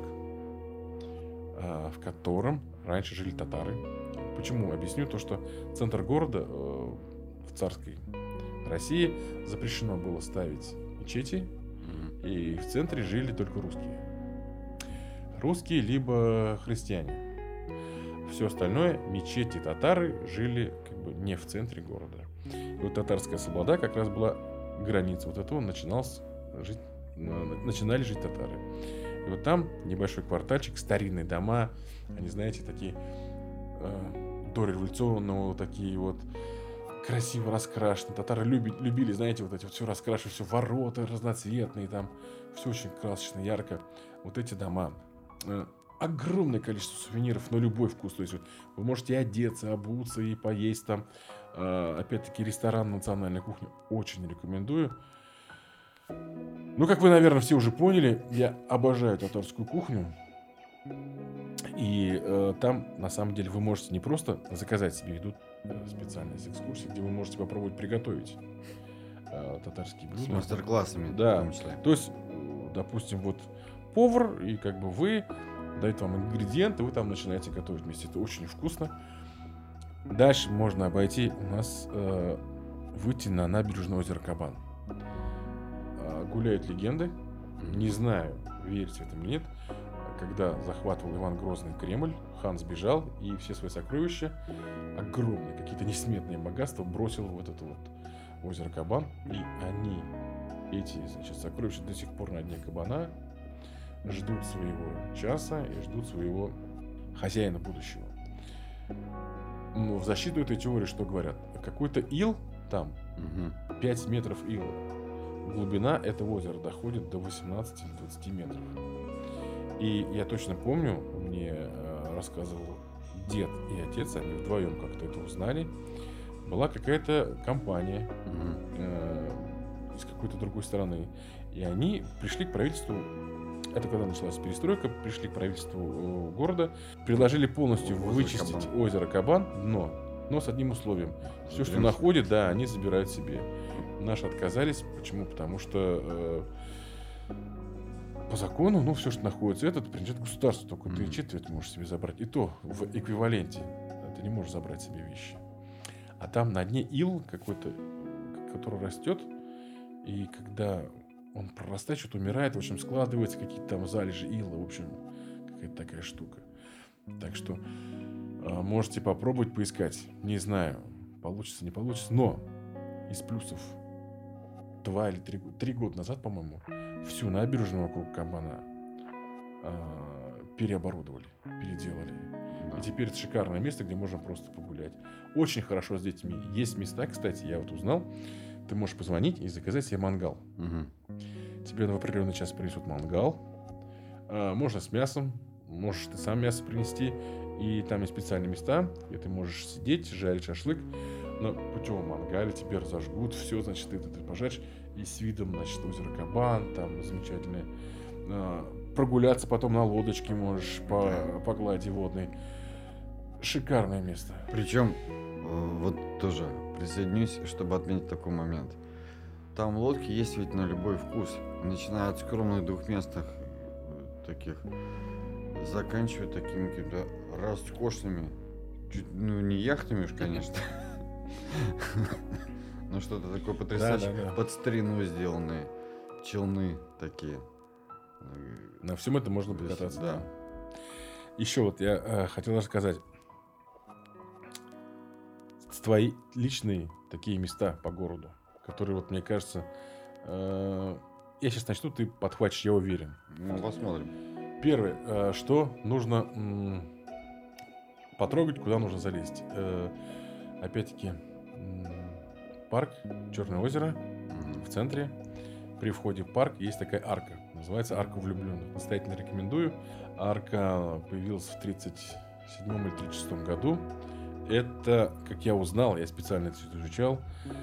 Speaker 1: в котором раньше жили татары. Почему? Объясню. То, что центр города в царской России запрещено было ставить мечети, и в центре жили только русские. Русские либо христиане. Все остальное, мечети, татары жили как бы не в центре города. И вот Татарская Слобода как раз была граница. Вот этого начинали жить татары. И вот там небольшой квартальчик, старинные дома, они, знаете, такие дореволюционные, такие вот красиво раскрашены. Татары любили, знаете, вот эти вот все раскрашивать, все ворота разноцветные, там все очень красочно, ярко. Вот эти дома. Огромное количество сувениров на любой вкус. То есть вот, вы можете одеться, обуться и поесть там. Опять-таки ресторан национальной кухни очень рекомендую. Ну, как вы, наверное, все уже поняли, я обожаю татарскую кухню. И там, на самом деле, вы можете не просто заказать себе еду, специальные экскурсии, где вы можете попробовать приготовить татарские блюда.
Speaker 2: С мастер-классами.
Speaker 1: Да.
Speaker 2: В том числе.
Speaker 1: То есть, допустим, вот повар, и как бы вы дает вам ингредиенты, вы там начинаете готовить вместе. Это очень вкусно. Дальше можно обойти у нас, выйти на набережное озера Кабан. Гуляют легенды. Не знаю, верите в это или нет. Когда захватывал Иван Грозный Кремль, хан сбежал и все свои сокровища, огромные, какие-то несметные богатства, бросил в это вот озеро Кабан. И они, эти, значит, сокровища до сих пор на дне кабана, ждут своего часа и ждут своего хозяина будущего. Но в защиту этой теории что говорят? Какой-то ил там, 5 метров ила. Глубина этого озера доходит до 18 или 20 метров. И я точно помню, мне рассказывал дед и отец, они вдвоем как-то это узнали. Была какая-то компания из какой-то другой страны. И они пришли к правительству, это когда началась перестройка, пришли к правительству города, предложили полностью вычистить озеро Кабан, но с одним условием. Все, что находят, да, они забирают себе. Наши отказались. Почему? Потому что по закону, все, что находится, это принадлежит государству. Только ты четверть можешь себе забрать. И то в эквиваленте. Ты не можешь забрать себе вещи. А там на дне ил какой-то, который растет. И когда он прорастает, что-то умирает, в общем, складываются какие-то там залежи ила. В общем, какая-то такая штука. Так что можете попробовать поискать. Не знаю, получится, не получится. Но из плюсов 2 или 3 года назад, по-моему, всю набережную вокруг Кабана переоборудовали, переделали. Да. И теперь это шикарное место, где можно просто погулять. Очень хорошо с детьми. Есть места, кстати, я вот узнал, ты можешь позвонить и заказать себе мангал. Тебе в определенный час принесут мангал. Можно с мясом, можешь ты сам мясо принести. И там есть специальные места, где ты можешь сидеть, жарить шашлык. На путевом мангале тебе разожгут, все, значит, ты пожаришь. И с видом, значит, озеро Кабан, там замечательное. Прогуляться потом на лодочке можешь по глади водной. Шикарное место.
Speaker 2: Причем, вот тоже присоединюсь, чтобы отметить такой момент. Там лодки есть ведь на любой вкус. Начиная от скромных двухместных таких, заканчивая такими какими-то роскошными, не яхтами уж, конечно, но что-то такое потрясающее, под старину сделанные, челны такие.
Speaker 1: На всем это можно покататься. Да. Еще вот я хотел рассказать. Твои личные такие места по городу, которые, вот мне кажется, я сейчас начну, ты подхватишь, я уверен.
Speaker 2: Ну, посмотрим.
Speaker 1: Первое, что нужно потрогать, куда нужно залезть. Опять-таки, парк Черное озеро в центре. При входе в парк есть такая арка. Называется арка влюбленных. Настоятельно рекомендую. Арка появилась в 1937 или 1936 году. Это, как я узнал, я специально это все изучал.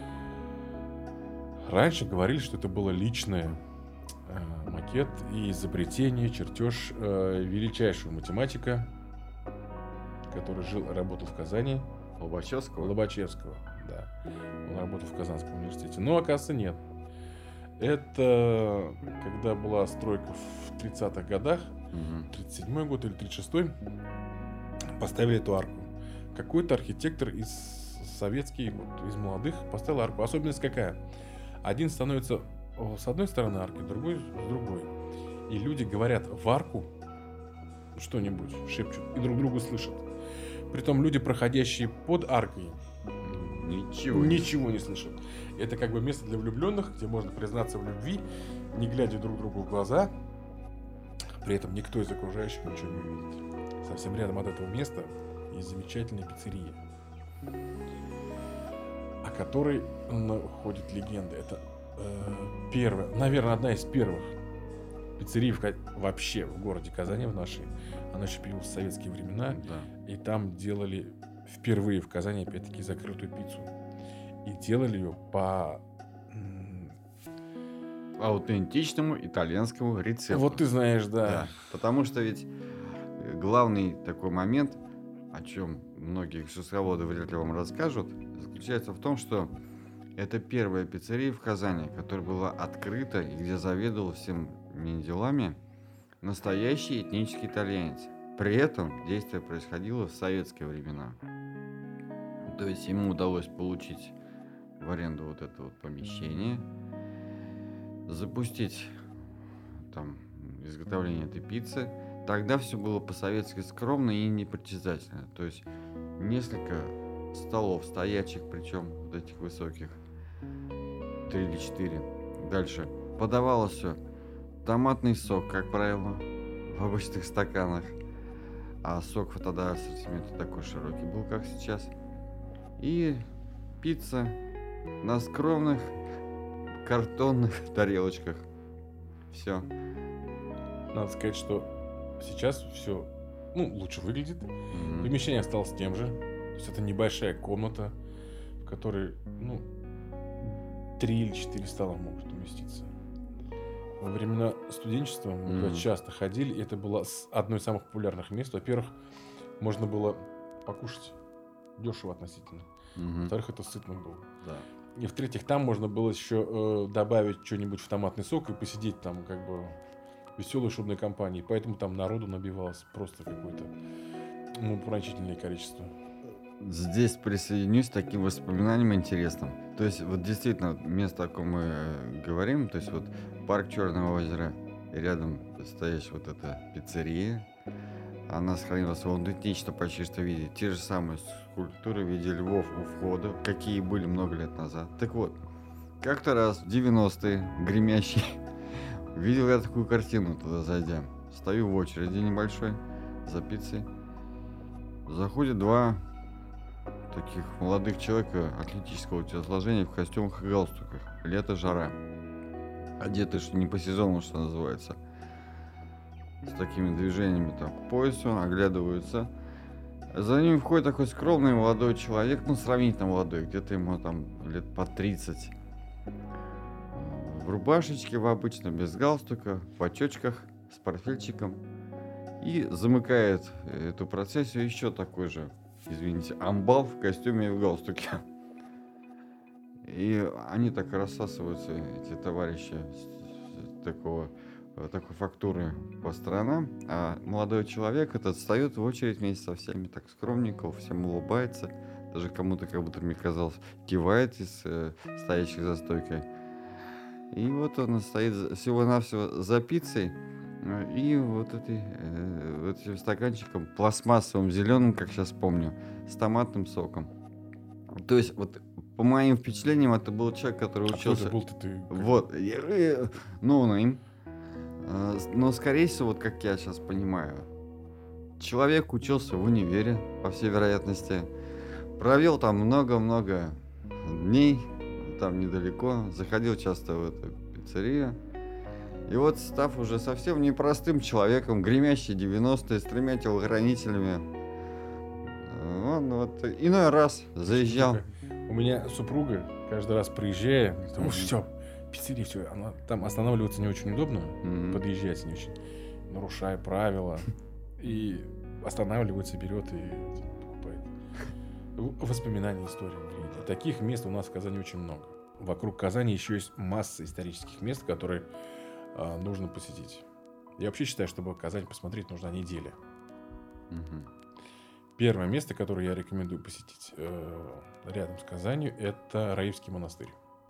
Speaker 1: Раньше говорили, что это было личное макет и изобретение, чертеж величайшего математика, который работал в Казани. Лобачевского, да. Он работал в Казанском университете. Но, оказывается, нет. Это когда была стройка в 30-х годах, 37-й год или 36-й, поставили эту арку. Какой-то архитектор из молодых поставил арку. Особенность какая? Один становится с одной стороны арки, другой с другой. И люди говорят в арку что-нибудь, шепчут, и друг другу слышат. Притом люди, проходящие под аркой, ничего не слышат. Это как бы место для влюбленных, где можно признаться в любви, не глядя друг другу в глаза. При этом никто из окружающих ничего не увидит. Совсем рядом от этого места есть замечательная пиццерия, о которой ходит легенда. Это первая, наверное, одна из первых пиццерий вообще в городе Казани, в нашей. Она еще появилась в советские времена. Да. И там делали впервые в Казани, опять-таки, закрытую пиццу. И делали ее по
Speaker 2: аутентичному итальянскому рецепту.
Speaker 1: Вот ты знаешь, да.
Speaker 2: Потому что ведь главный такой момент, о чем многие экскурсоводы вряд ли вам расскажут, заключается в том, что это первая пиццерия в Казани, которая была открыта и где заведовал всеми делами настоящий этнический итальянец. При этом действие происходило в советские времена. То есть ему удалось получить в аренду вот это вот помещение, запустить там изготовление этой пиццы. Тогда все было по-советски скромно и непритязательно. То есть несколько столов стоячих, причем вот этих высоких, 3 или 4. Дальше подавалось все. Томатный сок, как правило, в обычных стаканах. А сок тогда ассортимент такой широкий был, как сейчас. И пицца на скромных картонных тарелочках. Все.
Speaker 1: Надо сказать, что сейчас все лучше выглядит. Помещение осталось тем же. То есть это небольшая комната, в которой 3 или 4 стола могут уместиться. Во времена студенчества мы туда часто ходили, и это было одно из самых популярных мест. Во-первых, можно было покушать дешево относительно. Во-вторых, это сытно было.
Speaker 2: Да.
Speaker 1: И в-третьих, там можно было еще добавить что-нибудь в томатный сок и посидеть там как бы веселой шумной компанией. Поэтому там народу набивалось просто какое-то поразительное количество.
Speaker 2: Здесь присоединюсь к таким воспоминаниям интересным. То есть, вот действительно, место, о ком мы говорим, то есть вот парк Черного озера, и рядом стоящая вот эта пиццерия, она сохранилась в аутентичном почти что виде. Те же самые скульптуры в виде львов у входа, какие были много лет назад. Так вот, как-то раз в 90-е, гремящий, видел я такую картину туда зайдя. Стою в очереди небольшой за пиццей. Заходят два таких молодых человека атлетического телосложения в костюмах и галстуках. Лето, жара. Одеты не по сезону, что называется. С такими движениями там к поясу, оглядываются. За ним входит такой скромный молодой человек, сравнительно молодой, где-то ему там лет по 30. В рубашечке в обычном, без галстука, в очочках, с портфельчиком. И замыкает эту процессию еще такой же, извините, амбал в костюме и в галстуке. И они так рассасываются, эти товарищи, такой фактуры по сторонам. А молодой человек этот встает в очередь вместе со всеми, так скромненько, всем улыбается. Даже кому-то, как будто мне казалось, кивает из стоящих за стойкой. И вот он стоит всего-навсего за пиццей. И вот этим стаканчиком пластмассовым, зеленым, как сейчас помню, с томатным соком. То есть, вот по моим впечатлениям, это был человек, который учился...
Speaker 1: Был-то ты?
Speaker 2: Вот, ноунейм. Но, скорее всего, вот как я сейчас понимаю, человек учился в универе, по всей вероятности, провел там много-много дней, там недалеко, заходил часто в эту пиццерию. И вот, став уже совсем непростым человеком, гремящий 90-е, с 3 телохранителями, он вот иной раз заезжал.
Speaker 1: У меня супруга каждый раз приезжая, потому что все, пиццерия, все, она там останавливаться не очень удобно, подъезжать не очень, нарушая правила, и останавливается, берет и покупает. Воспоминания, истории. Таких мест у нас в Казани очень много. Вокруг Казани еще есть масса исторических мест, которые нужно посетить. Я вообще считаю, чтобы Казань посмотреть, нужна неделя. Первое место, которое я рекомендую посетить рядом с Казанью, это Раевский монастырь.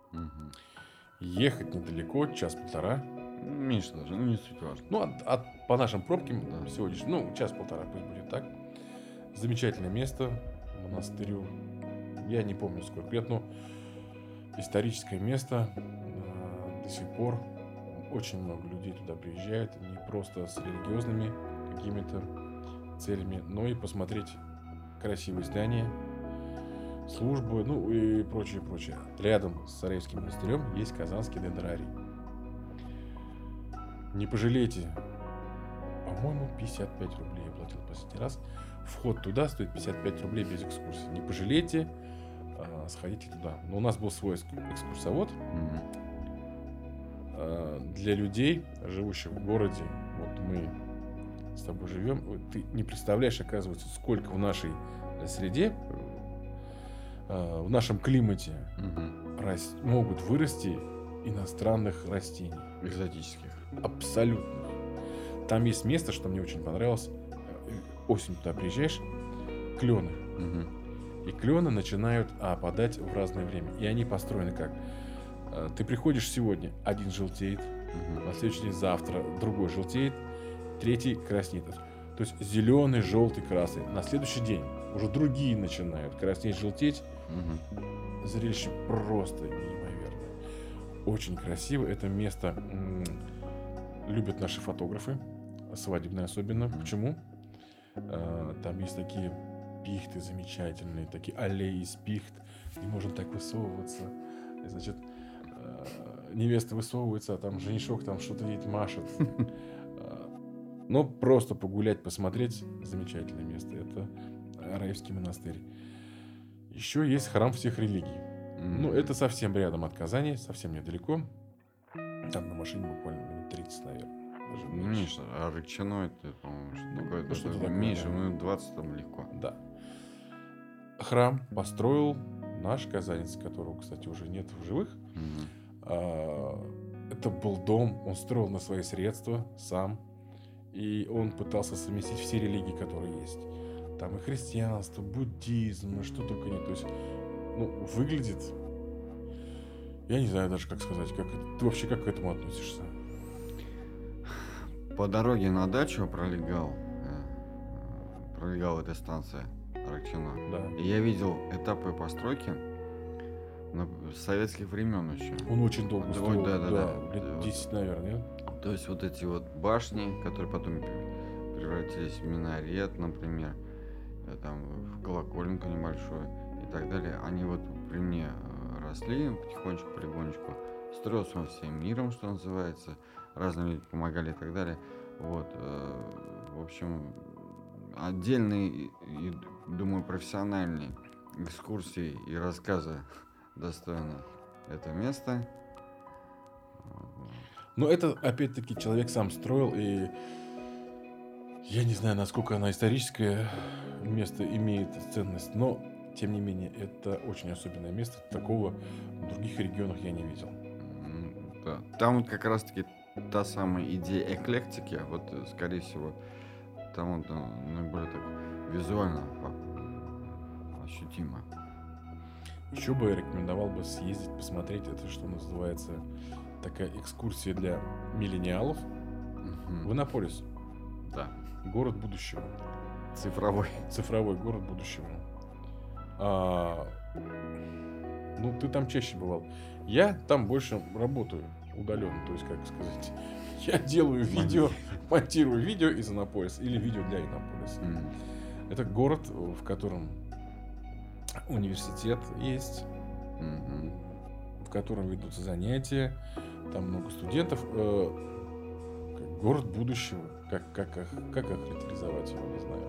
Speaker 1: Ехать недалеко, 1-1,5 часа.
Speaker 2: Меньше даже, не суть важно.
Speaker 1: По нашим пробкам сегодняшним, 1-1,5 пусть будет так. Замечательное место, монастырю. Я не помню, сколько лет, но историческое место. До сих пор очень много людей туда приезжают, не просто с религиозными какими-то целями, но и посмотреть красивые здания, службы, и прочее. Рядом с Раевским монастырем есть Казанский дендрарий. Не пожалейте, по-моему, 55 рублей я платил последний раз. Вход туда стоит 55 рублей без экскурсии. Не пожалейте, сходите туда. Но у нас был свой экскурсовод. Для людей, живущих в городе, вот мы с тобой живем, ты не представляешь, оказывается, сколько в нашей среде, в нашем климате могут вырасти иностранных растений.
Speaker 2: Экзотических.
Speaker 1: Абсолютно. Там есть место, что мне очень понравилось. Осенью туда приезжаешь, клены. И клены начинают опадать в разное время. И они построены как? Ты приходишь сегодня, один желтеет, на следующий день завтра другой желтеет, третий краснеет. То есть зеленый, желтый, красный. На следующий день уже другие начинают краснеть, желтеть. Зрелище просто неимоверное. Очень красиво. Это место любят наши фотографы, свадебные особенно. Почему? Там есть такие пихты замечательные, такие аллеи из пихт, и можно так высовываться. Значит, невеста высовывается, а там женишок там что-то ей машет. Но просто погулять, посмотреть, замечательное место. Это Раевский монастырь. Еще есть храм всех религий. Ну, это совсем рядом от Казани, совсем недалеко. Там на машине буквально минут 30, наверное. Даже
Speaker 2: Меньше. А Рычино это, по-моему,
Speaker 1: Ну, что-то такое,
Speaker 2: меньше,
Speaker 1: да.
Speaker 2: минут 20 там легко.
Speaker 1: Да. Храм построил наш казанец, которого, кстати, уже нет в живых. Это был дом, он строил на свои средства сам. И он пытался совместить все религии, которые есть. Там и христианство, буддизм, и что только нет. То есть, ну, выглядит... Я не знаю даже, как сказать. Ты вообще как к этому относишься?
Speaker 2: По дороге на дачу пролегала эта станция Рычино.
Speaker 1: Да.
Speaker 2: И я видел этапы постройки с советских времен еще.
Speaker 1: Он очень долго
Speaker 2: Ой,
Speaker 1: строил.
Speaker 2: да.
Speaker 1: Лет 10, наверное, нет?
Speaker 2: То есть вот эти вот башни, которые потом превратились в минарет, например, там в колоколенку небольшую и так далее, они вот при мне росли потихонечку, полигонечку. Строился он всем миром, что называется, разные люди помогали и так далее. Вот, в общем, отдельные и, думаю, профессиональные экскурсии и рассказы достойно это место.
Speaker 1: Но это, опять-таки, человек сам строил, и я не знаю, насколько она историческое место имеет ценность, но, тем не менее, это очень особенное место. Такого в других регионах я не видел.
Speaker 2: Да. Там вот как раз-таки та самая идея эклектики, вот, скорее всего, там вот наиболее так визуально ощутимо.
Speaker 1: Еще бы я рекомендовал бы съездить, посмотреть, это что называется такая экскурсия для миллениалов в Иннополис.
Speaker 2: Да.
Speaker 1: Город будущего. Цифровой город будущего. Ну, ты там чаще бывал. Я там больше работаю удаленно. То есть, как сказать, я делаю видео, монтирую видео из Иннополиса или видео для Иннополиса. Это город, в котором университет есть, в котором ведутся занятия, там много студентов. Город будущего. Как охарактеризовать его, не знаю.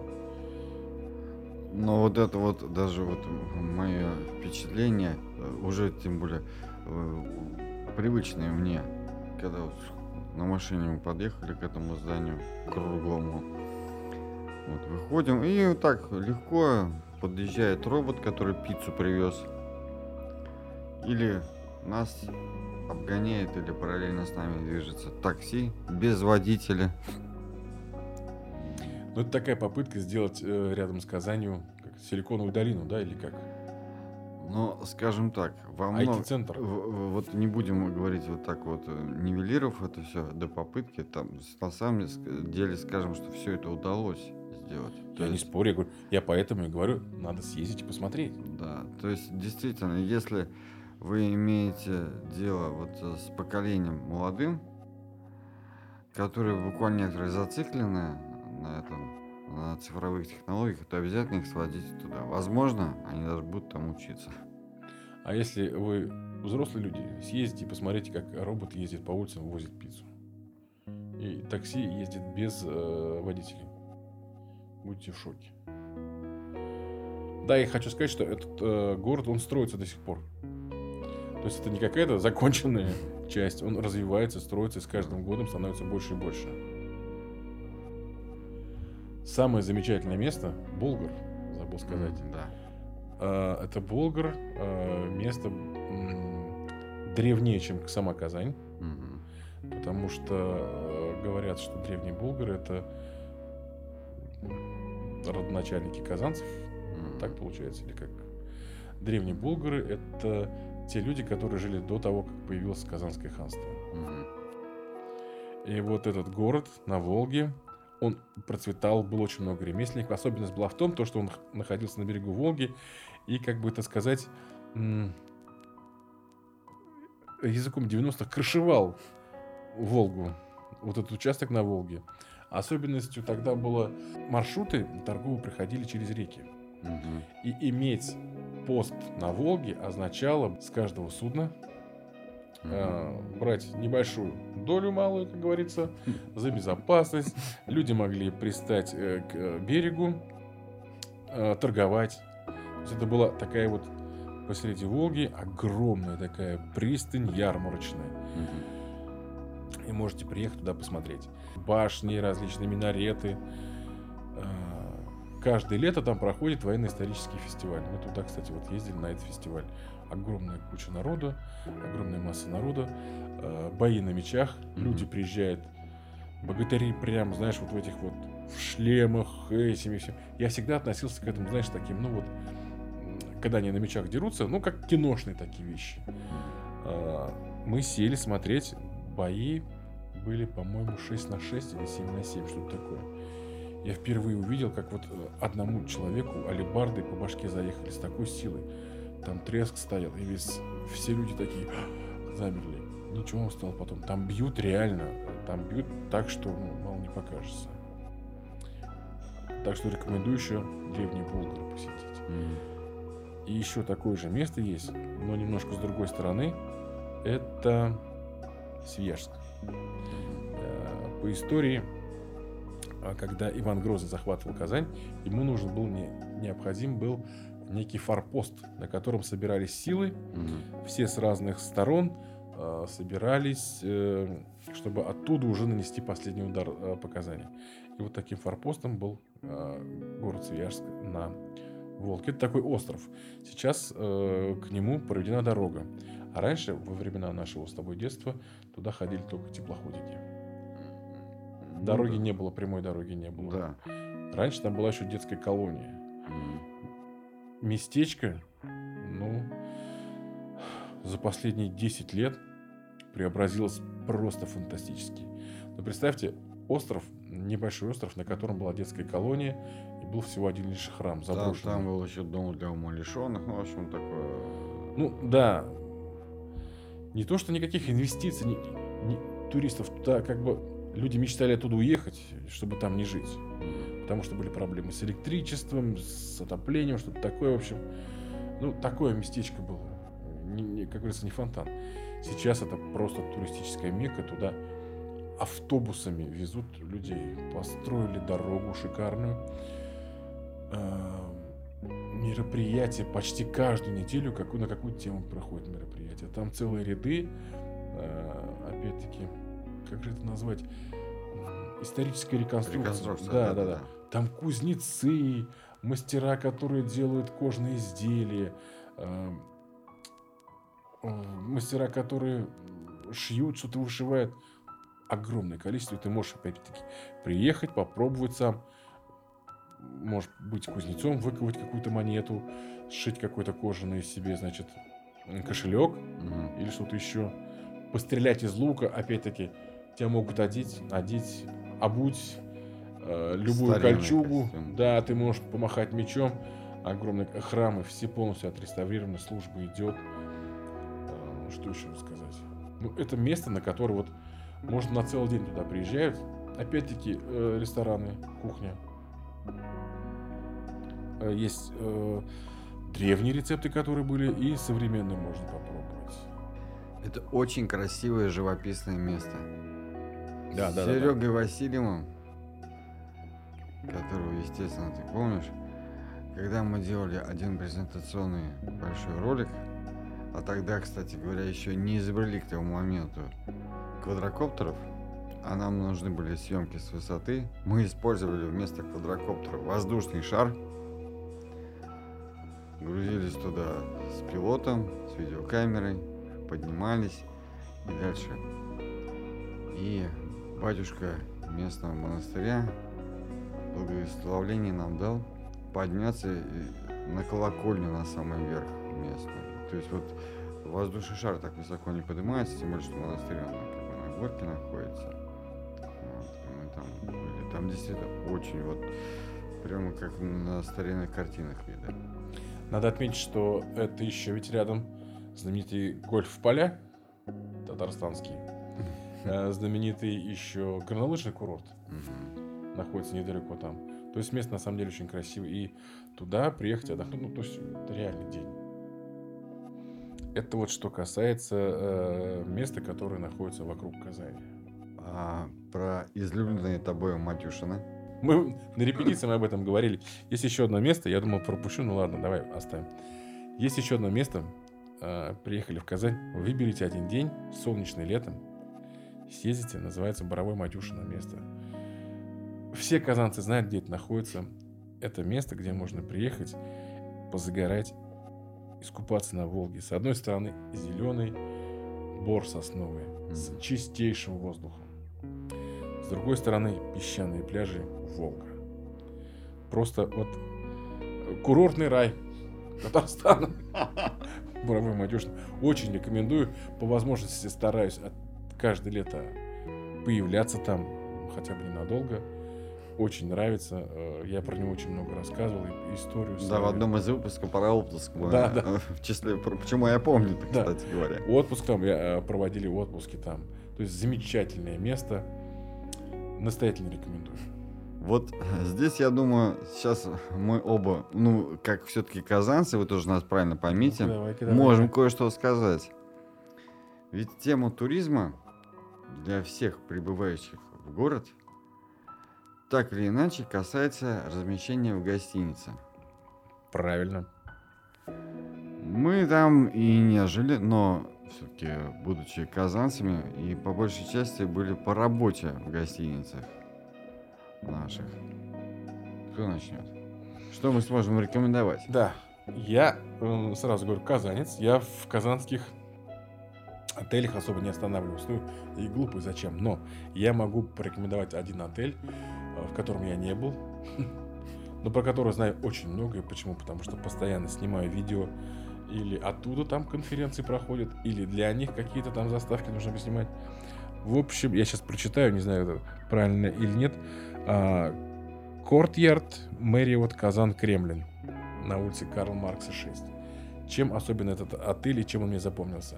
Speaker 2: Но вот это вот даже вот мое впечатление, уже тем более привычное мне, когда вот на машине мы подъехали к этому зданию круглому, вот выходим, и вот так легко подъезжает робот, который пиццу привез, или нас обгоняет, или параллельно с нами движется такси без водителя.
Speaker 1: Ну, это такая попытка сделать рядом с Казанью Силиконовую долину, да, или как?
Speaker 2: Ну, скажем так,
Speaker 1: IT-центр.
Speaker 2: Вот не будем говорить вот так вот, нивелировав это все до попытки, там, на самом деле, скажем, что все это удалось сделать.
Speaker 1: Я не спорю, я говорю, я поэтому и говорю, надо съездить и посмотреть.
Speaker 2: Да, то есть, действительно, если вы имеете дело вот с поколением молодым, которые буквально некоторые зациклены на цифровых технологиях, то обязательно их сводите туда. Возможно, они даже будут там учиться.
Speaker 1: А если вы взрослые люди, съездите и посмотрите, как робот ездит по улицам, возит пиццу. И такси ездит без водителей. Будете в шоке. Да, я хочу сказать, что этот город, он строится до сих пор. То есть это не какая-то законченная часть. Он развивается, строится, и с каждым годом становится больше и больше. Самое замечательное место — Болгар, забыл сказать.
Speaker 2: Да.
Speaker 1: Это Болгар, место древнее, чем сама Казань. Потому что говорят, что древние болгары — это родоначальники казанцев. Так получается, или как? Древние болгары — это те люди, которые жили до того, как появилось Казанское ханство. И вот этот город на Волге, он процветал, было очень много ремесленников. Особенность была в том, что он находился на берегу Волги и, как бы это сказать, языком 90-х крышевал Волгу, вот этот участок на Волге. Особенностью тогда было, маршруты торговые проходили через реки. И иметь пост на Волге означало с каждого судна брать небольшую долю малую, как говорится, за безопасность. Люди могли пристать к берегу, торговать. То есть это была такая вот посреди Волги огромная такая пристань ярмарочная. И можете приехать туда посмотреть. Башни, различные минареты. Каждое лето там проходит военно-исторический фестиваль. Мы туда, кстати, вот ездили на этот фестиваль. Огромная куча народу, огромная масса народу. Бои на мечах. Люди приезжают. Богатыри прям, знаешь, вот в этих вот в шлемах, этими всем. Я всегда относился к этому, знаешь, таким, ну вот, когда они на мечах дерутся, ну, как киношные такие вещи. Мы сели смотреть. Бои были, по-моему, 6-6 или 7-7, что-то такое. Я впервые увидел, как вот одному человеку алебарды по башке заехали с такой силой. Там треск стоял, и все люди такие замерли. Ничего он стал потом. Там бьют реально. Там бьют так, что мало не покажется. Так что рекомендую еще древние Болгары посетить. И еще такое же место есть, но немножко с другой стороны. Это Свияжск. По истории, когда Иван Грозный захватывал Казань, ему необходим был некий форпост, на котором собирались силы. Все с разных сторон собирались, чтобы оттуда уже нанести последний удар по Казани. И вот таким форпостом был город Свияжск на Волге. Это такой остров. Сейчас к нему проведена дорога. А раньше, во времена нашего с тобой детства, туда ходили только теплоходики. Дороги не было, прямой дороги не было.
Speaker 2: Да.
Speaker 1: Раньше там была еще детская колония. Местечко, за последние 10 лет преобразилось просто фантастически. Но представьте, остров, небольшой остров, на котором была детская колония, и был всего один лишь храм заброшенный.
Speaker 2: Там был еще дом для умалишенных, в общем, такое.
Speaker 1: Да. Не то, что никаких инвестиций, туристов туда, как бы люди мечтали оттуда уехать, чтобы там не жить. Потому что были проблемы с электричеством, с отоплением, что-то такое, в общем. Такое местечко было. Как говорится, не фонтан. Сейчас это просто туристическая мекка. Туда автобусами везут людей. Построили дорогу шикарную. Мероприятия почти каждую неделю, на какую тему проходит мероприятие. Там целые ряды. Опять-таки, как же это назвать? Историческая реконструкция. Да. Там кузнецы, мастера, которые делают кожные изделия, мастера, которые шьют, что-то вышивают. Огромное количество. И ты можешь, опять-таки, приехать, попробовать сам. Можешь быть кузнецом, выковать какую-то монету, сшить какой-то кожаный себе, значит, кошелек или что-то еще. Пострелять из лука, опять-таки, тебя могут одеть, обуть, любую кольчугу.
Speaker 2: Костюм.
Speaker 1: Да, ты можешь помахать мечом. Огромные храмы, все полностью отреставрированы, служба идет. Что еще рассказать? Это место, на которое вот можно на целый день туда приезжают. Опять-таки, рестораны, кухня. Есть древние рецепты, которые были, и современные можно попробовать.
Speaker 2: Это очень красивое живописное место.
Speaker 1: Да.
Speaker 2: Серегой Васильевым, которого, естественно, ты помнишь, когда мы делали один презентационный большой ролик, а тогда, кстати говоря, еще не изобрели к тому моменту квадрокоптеров, а нам нужны были съемки с высоты, мы использовали вместо квадрокоптера воздушный шар, грузились туда с пилотом, с видеокамерой, поднимались и дальше. И батюшка местного монастыря благословление нам дал подняться на колокольню на самый верх местную. То есть вот воздушный шар так высоко не поднимается, тем более, что монастырь на горке находится. Мы там были. Там действительно очень прямо как на старинных картинах видно.
Speaker 1: Надо отметить, что это еще ведь рядом знаменитый гольф-поля татарстанский. Знаменитый еще горнолыжный курорт находится недалеко там. То есть место на самом деле очень красивое. И туда приехать отдохнуть, то есть это реальный день. Это вот что касается места, которое находится вокруг Казани.
Speaker 2: А про излюбленные тобой Матюшины?
Speaker 1: Мы на репетиции об этом говорили. Есть еще одно место, я думал пропущу, ну ладно, давай оставим. Есть еще одно место. Приехали в Казань. Выберите один день, солнечный летом. Съездите, называется Боровое Матюшино место. Все казанцы знают, где это находится. Это место, где можно приехать, позагорать, искупаться на Волге. С одной стороны зеленый бор сосновый с чистейшим воздухом. С другой стороны песчаные пляжи Волга. Просто вот курортный рай Татарстана. Боровое Матюшино. Очень рекомендую. По возможности стараюсь каждое лето появляться там, хотя бы ненадолго. Очень нравится. Я про него очень много рассказывал. Историю.
Speaker 2: Да, в одном из выпусков про отпуск.
Speaker 1: Да.
Speaker 2: В числе, почему я помню,
Speaker 1: Да.
Speaker 2: кстати говоря.
Speaker 1: Отпуск там, проводили отпуски там. То есть замечательное место. Настоятельно рекомендую.
Speaker 2: Вот здесь, я думаю, сейчас мы оба, как все-таки казанцы, вы тоже нас правильно поймите,
Speaker 1: Давай-ка.
Speaker 2: можем кое-что сказать. Ведь тема туризма для всех прибывающих в город так или иначе касается размещения в гостинице.
Speaker 1: Правильно.
Speaker 2: Мы там и не жили, но все-таки, будучи казанцами, и по большей части были по работе в гостиницах наших. Кто начнет? Что мы сможем рекомендовать?
Speaker 1: Да. Я сразу говорю, казанец. Я в казанских отелях особо не останавливаюсь. И глупо, зачем? Но я могу порекомендовать один отель, в котором я не был, но про который знаю очень много. И почему? Потому что постоянно снимаю видео. Или оттуда там конференции проходят, или для них какие-то там заставки нужно поснимать. В общем, я сейчас прочитаю, не знаю, это правильно или нет. Courtyard Marriott Казан Кремлин на улице Карла Маркса 6. Чем особенно этот отель и чем он мне запомнился?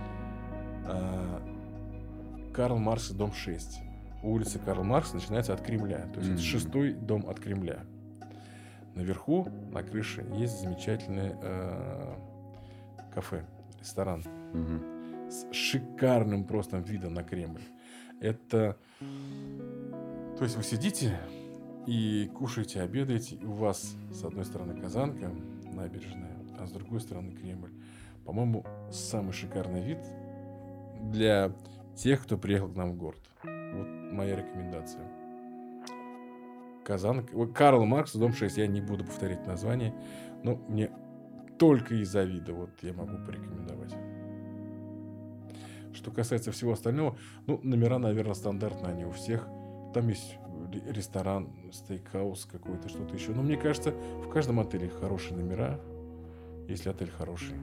Speaker 1: Карл Маркс, дом 6. Улица Карл Маркс начинается от Кремля. То есть это 6-й дом от Кремля. Наверху, на крыше, есть замечательное кафе, ресторан. С шикарным просто видом на Кремль. Это... То есть вы сидите и кушаете, обедаете, и у вас с одной стороны Казанка, набережная, а с другой стороны Кремль. По-моему, самый шикарный вид для тех, кто приехал к нам в город. Вот моя рекомендация. Казанка. Карл Маркс, дом 6. Я не буду повторять название, но мне только из-за вида вот я могу порекомендовать. Что касается всего остального, номера, наверное, стандартные они у всех. Там есть ресторан, стейкхаус какой-то, что-то еще. Но мне кажется, в каждом отеле хорошие номера, если отель хороший.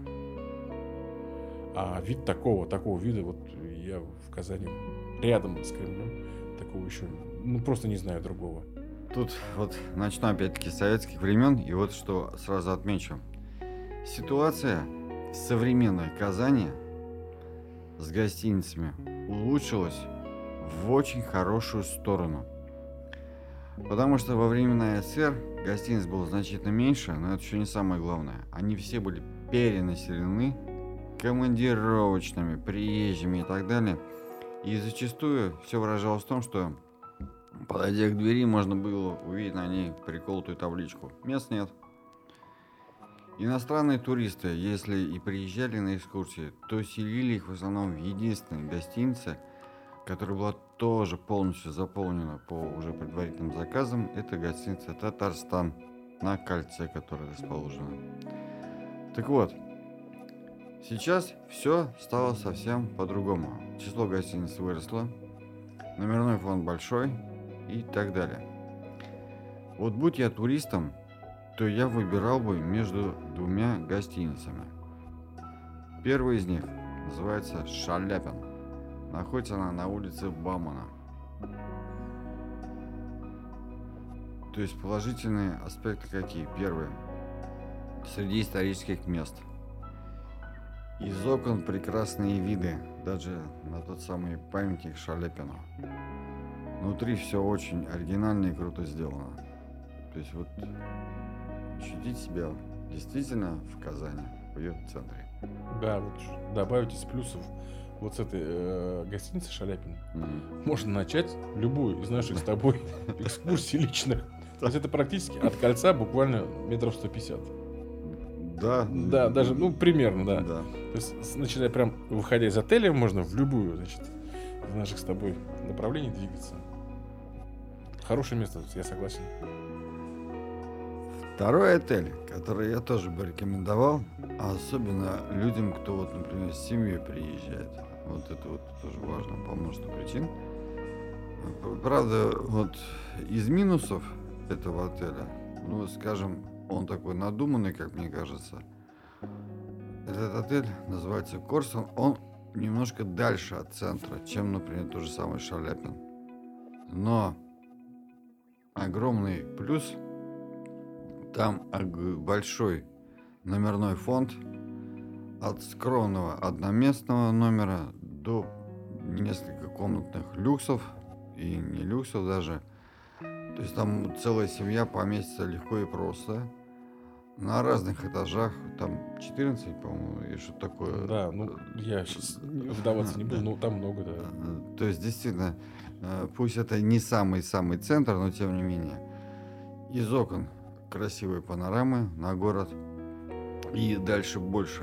Speaker 1: А вид такого вида, вот я в Казани рядом с Кремлем, такого еще, просто не знаю другого.
Speaker 2: Тут вот начну опять-таки с советских времен, и вот что сразу отмечу. Ситуация в современной Казани с гостиницами улучшилась в очень хорошую сторону. Потому что во времена СССР гостиниц было значительно меньше, но это еще не самое главное. Они все были перенаселены командировочными, приезжими и так далее. И зачастую все выражалось в том, что, подойдя к двери, можно было увидеть на ней приколотую табличку «Мест нет». Иностранные туристы, если и приезжали на экскурсии, то селили их в основном в единственной гостинице, которая была тоже полностью заполнена по уже предварительным заказам. Это гостиница «Татарстан» на кольце, которое расположено. Так вот, сейчас все стало совсем по-другому. Число гостиниц выросло, номерной фонд большой и так далее. Вот будь я туристом, то я выбирал бы между двумя гостиницами. Первая из них называется «Шаляпин». Находится она на улице Баумана. То есть положительные аспекты какие? Первое. Среди исторических мест. Из окон прекрасные виды, даже на тот самый памятник Шаляпину. Внутри все очень оригинально и круто сделано. То есть вот ощутить себя действительно в Казани, в ее центре.
Speaker 1: Да, вот добавить из плюсов вот с этой гостиницы «Шаляпин». Можно начать любую из наших с тобой экскурсий личных. То есть это практически от кольца буквально метров 150.
Speaker 2: Да.
Speaker 1: Да, даже, ну, примерно, да.
Speaker 2: Да.
Speaker 1: То есть, начиная прям, выходя из отеля, можно в любую, значит, из наших с тобой направлений двигаться. Хорошее место, я согласен.
Speaker 2: Второй отель, который я тоже бы рекомендовал, особенно людям, кто, вот, например, с семьей приезжает. Вот это вот тоже важно по множеству причин. Правда, вот из минусов этого отеля, ну, скажем, он такой надуманный, как мне кажется. Этот отель называется Корсон. Он немножко дальше от центра, чем, например, тот же самый Шаляпин. Но огромный плюс, там большой номерной фонд от скромного одноместного номера до несколько комнатных люксов и не люксов даже. То есть там целая семья поместится легко и просто. На разных этажах, там 14, по-моему, и что такое.
Speaker 1: Да, ну, я сейчас вдаваться не буду, но там много, да.
Speaker 2: То есть, действительно, пусть это не самый-самый центр, но тем не менее. Из окон красивые панорамы на город. И дальше больше.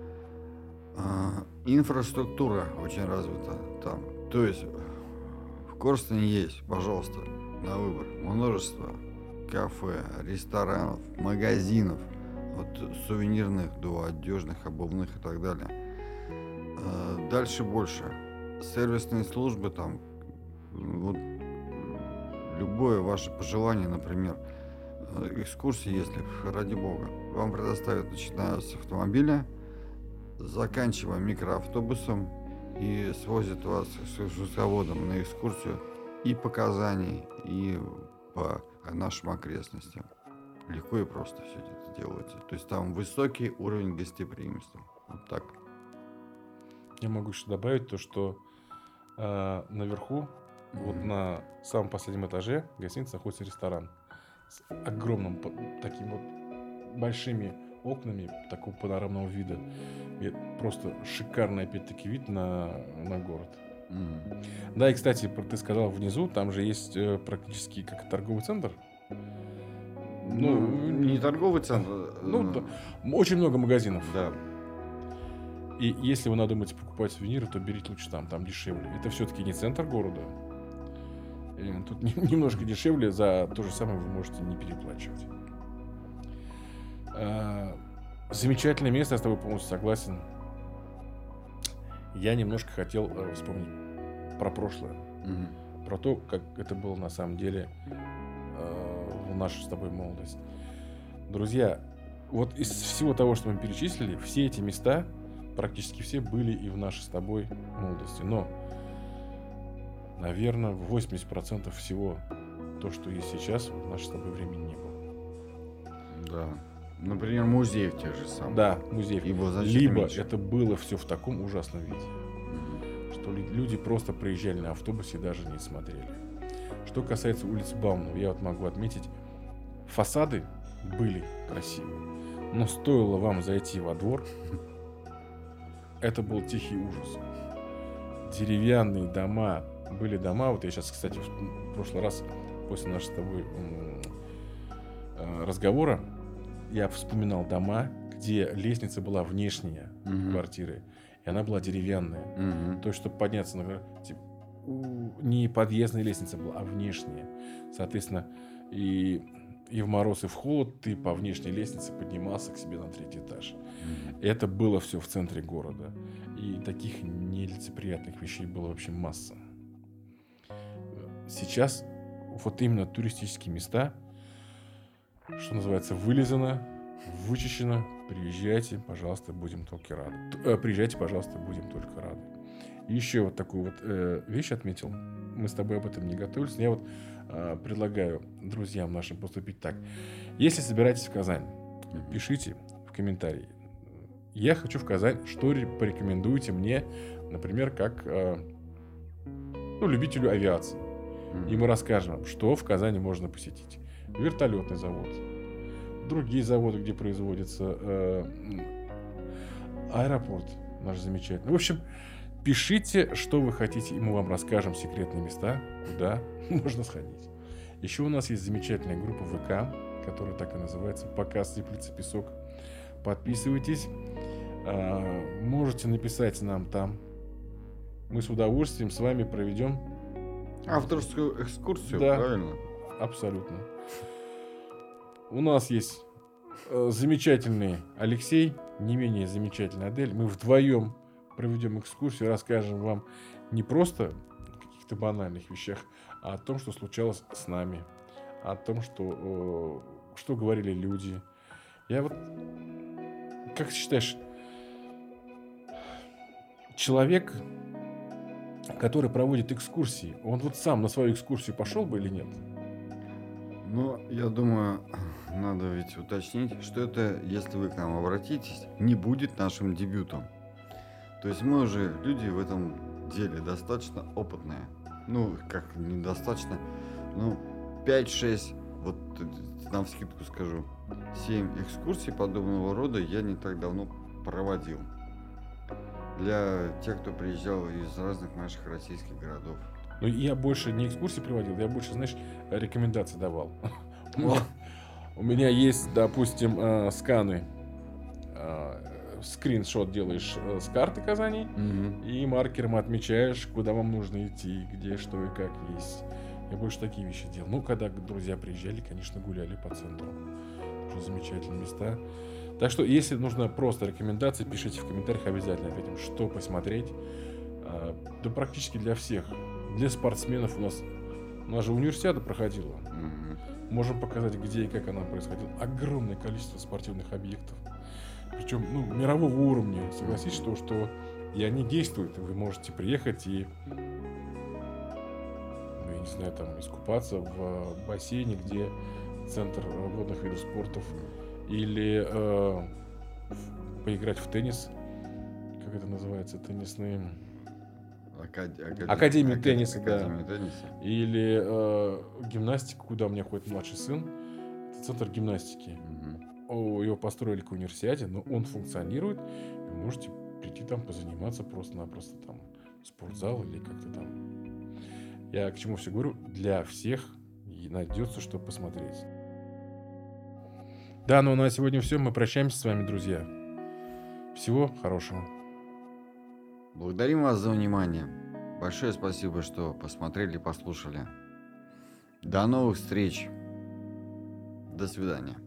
Speaker 2: Инфраструктура очень развита там. То есть, в Корстоне есть, пожалуйста, на выбор множество кафе, ресторанов, магазинов, от сувенирных до одежных, обувных и так далее. Дальше больше. Сервисные службы там, вот, любое ваше пожелание, например, экскурсии, если, ради бога, вам предоставят, начиная с автомобиля, заканчивая микроавтобусом, и свозят вас с экскурсоводом на экскурсию и показаний, и по нашим окрестностям. Легко и просто все это делается. То есть там высокий уровень гостеприимства. Вот так.
Speaker 1: Я могу еще добавить то, что наверху, вот на самом последнем этаже гостиницы находится ресторан с огромным, таким вот большими окнами такого панорамного вида. И просто шикарный, опять-таки, вид на город. Да, и, кстати, ты сказал внизу, там же есть практически как торговый центр.
Speaker 2: Ну, не торговый центр.
Speaker 1: Ну, да, очень много магазинов.
Speaker 2: Да.
Speaker 1: И если вы надумаете покупать сувениры, то берите лучше там дешевле. Это все-таки не центр города. И тут немножко дешевле, за то же самое вы можете не переплачивать. Замечательное место, я с тобой полностью согласен. Я немножко хотел вспомнить про прошлое. Про то, как это было на самом деле в нашу с тобой молодость. Друзья, вот из всего того, что мы перечислили, все эти места, практически все были и в нашей с тобой молодости. Но, наверное, 80% всего то, что есть сейчас, в наше с тобой времени не было.
Speaker 2: Да. Например, музеев тех же самых.
Speaker 1: Да, музеев.
Speaker 2: Либо
Speaker 1: меньше. Это было все в таком ужасном виде, что люди просто проезжали на автобусе и даже не смотрели. Что касается улицы Бауманова, я вот могу отметить, фасады были красивые, но стоило вам зайти во двор, это был тихий ужас. Деревянные дома, были дома, вот я сейчас, кстати, в прошлый раз, после нашего с тобой разговора, я вспоминал дома, где лестница была внешняя квартиры, и она была деревянная. То есть, чтобы подняться на типа, не подъездная лестница была, а внешняя. Соответственно, и в мороз, и в холод ты по внешней лестнице поднимался к себе на 3-й этаж. Это было все в центре города. И таких нелицеприятных вещей было вообще масса. Сейчас вот именно туристические места, что называется, вылизано, вычищено. Приезжайте, пожалуйста, будем только рады. Приезжайте, пожалуйста, будем только рады. И еще вот такую вот вещь отметил. Мы с тобой об этом не готовились. Я вот предлагаю друзьям нашим поступить так. Если собираетесь в Казань, пишите в комментарии. Я хочу в Казань, что порекомендуете мне, например, как любителю авиации. И мы расскажем вам, что в Казани можно посетить. Вертолетный завод, другие заводы, где производится аэропорт наш замечательный. В общем, пишите, что вы хотите, и мы вам расскажем секретные места, куда можно сходить. Еще у нас есть замечательная группа ВК, которая так и называется «Пока сыплется песок». Подписывайтесь. Можете написать нам там. Мы с удовольствием с вами проведем
Speaker 2: Авторскую экскурсию,
Speaker 1: Да.
Speaker 2: правильно?
Speaker 1: абсолютно. У нас есть замечательный Алексей, не менее замечательная Адель. Мы вдвоем проведем экскурсию, расскажем вам не просто о каких-то банальных вещах, а о том, что случалось с нами, о том, что говорили люди. Я вот, как ты считаешь, человек, который проводит экскурсии, он вот сам на свою экскурсию пошел бы или нет?
Speaker 2: Но я думаю, надо ведь уточнить, что это, если вы к нам обратитесь, не будет нашим дебютом. То есть мы уже люди в этом деле достаточно опытные. Ну, как недостаточно, 5-6, вот навскидку скажу, 7 экскурсий подобного рода я не так давно проводил. Для тех, кто приезжал из разных наших российских городов.
Speaker 1: Ну, я больше не экскурсии проводил, я больше, знаешь, рекомендации давал. У меня есть, допустим, сканы. Скриншот делаешь с карты Казани и маркером отмечаешь, куда вам нужно идти, где, что и как есть. Я больше такие вещи делал. Ну, когда друзья приезжали, конечно, гуляли по центру. Тоже замечательные места. Так что, если нужно просто рекомендации, пишите в комментариях, обязательно ответим, что посмотреть. Да практически для всех. Для спортсменов у нас же универсиада проходила. Можем показать, где и как она происходила. Огромное количество спортивных объектов. Причем, мирового уровня. Согласись, что и они действуют. Вы можете приехать и, я не знаю, там, искупаться в бассейне, где центр водных видов спорта. Или поиграть в теннис. Как это называется? Теннисные... Академию тенниса, да. Или гимнастика, куда у меня ходит младший сын. Это центр гимнастики. Его построили к универсиаде, но он функционирует. И вы можете прийти там позаниматься просто-напросто там спортзал или как-то там. Я к чему все говорю? Для всех найдется, что посмотреть. Да, ну на сегодня все. Мы прощаемся с вами, друзья. Всего хорошего.
Speaker 2: Благодарим вас за внимание. Большое спасибо, что посмотрели, послушали. До новых встреч. До свидания.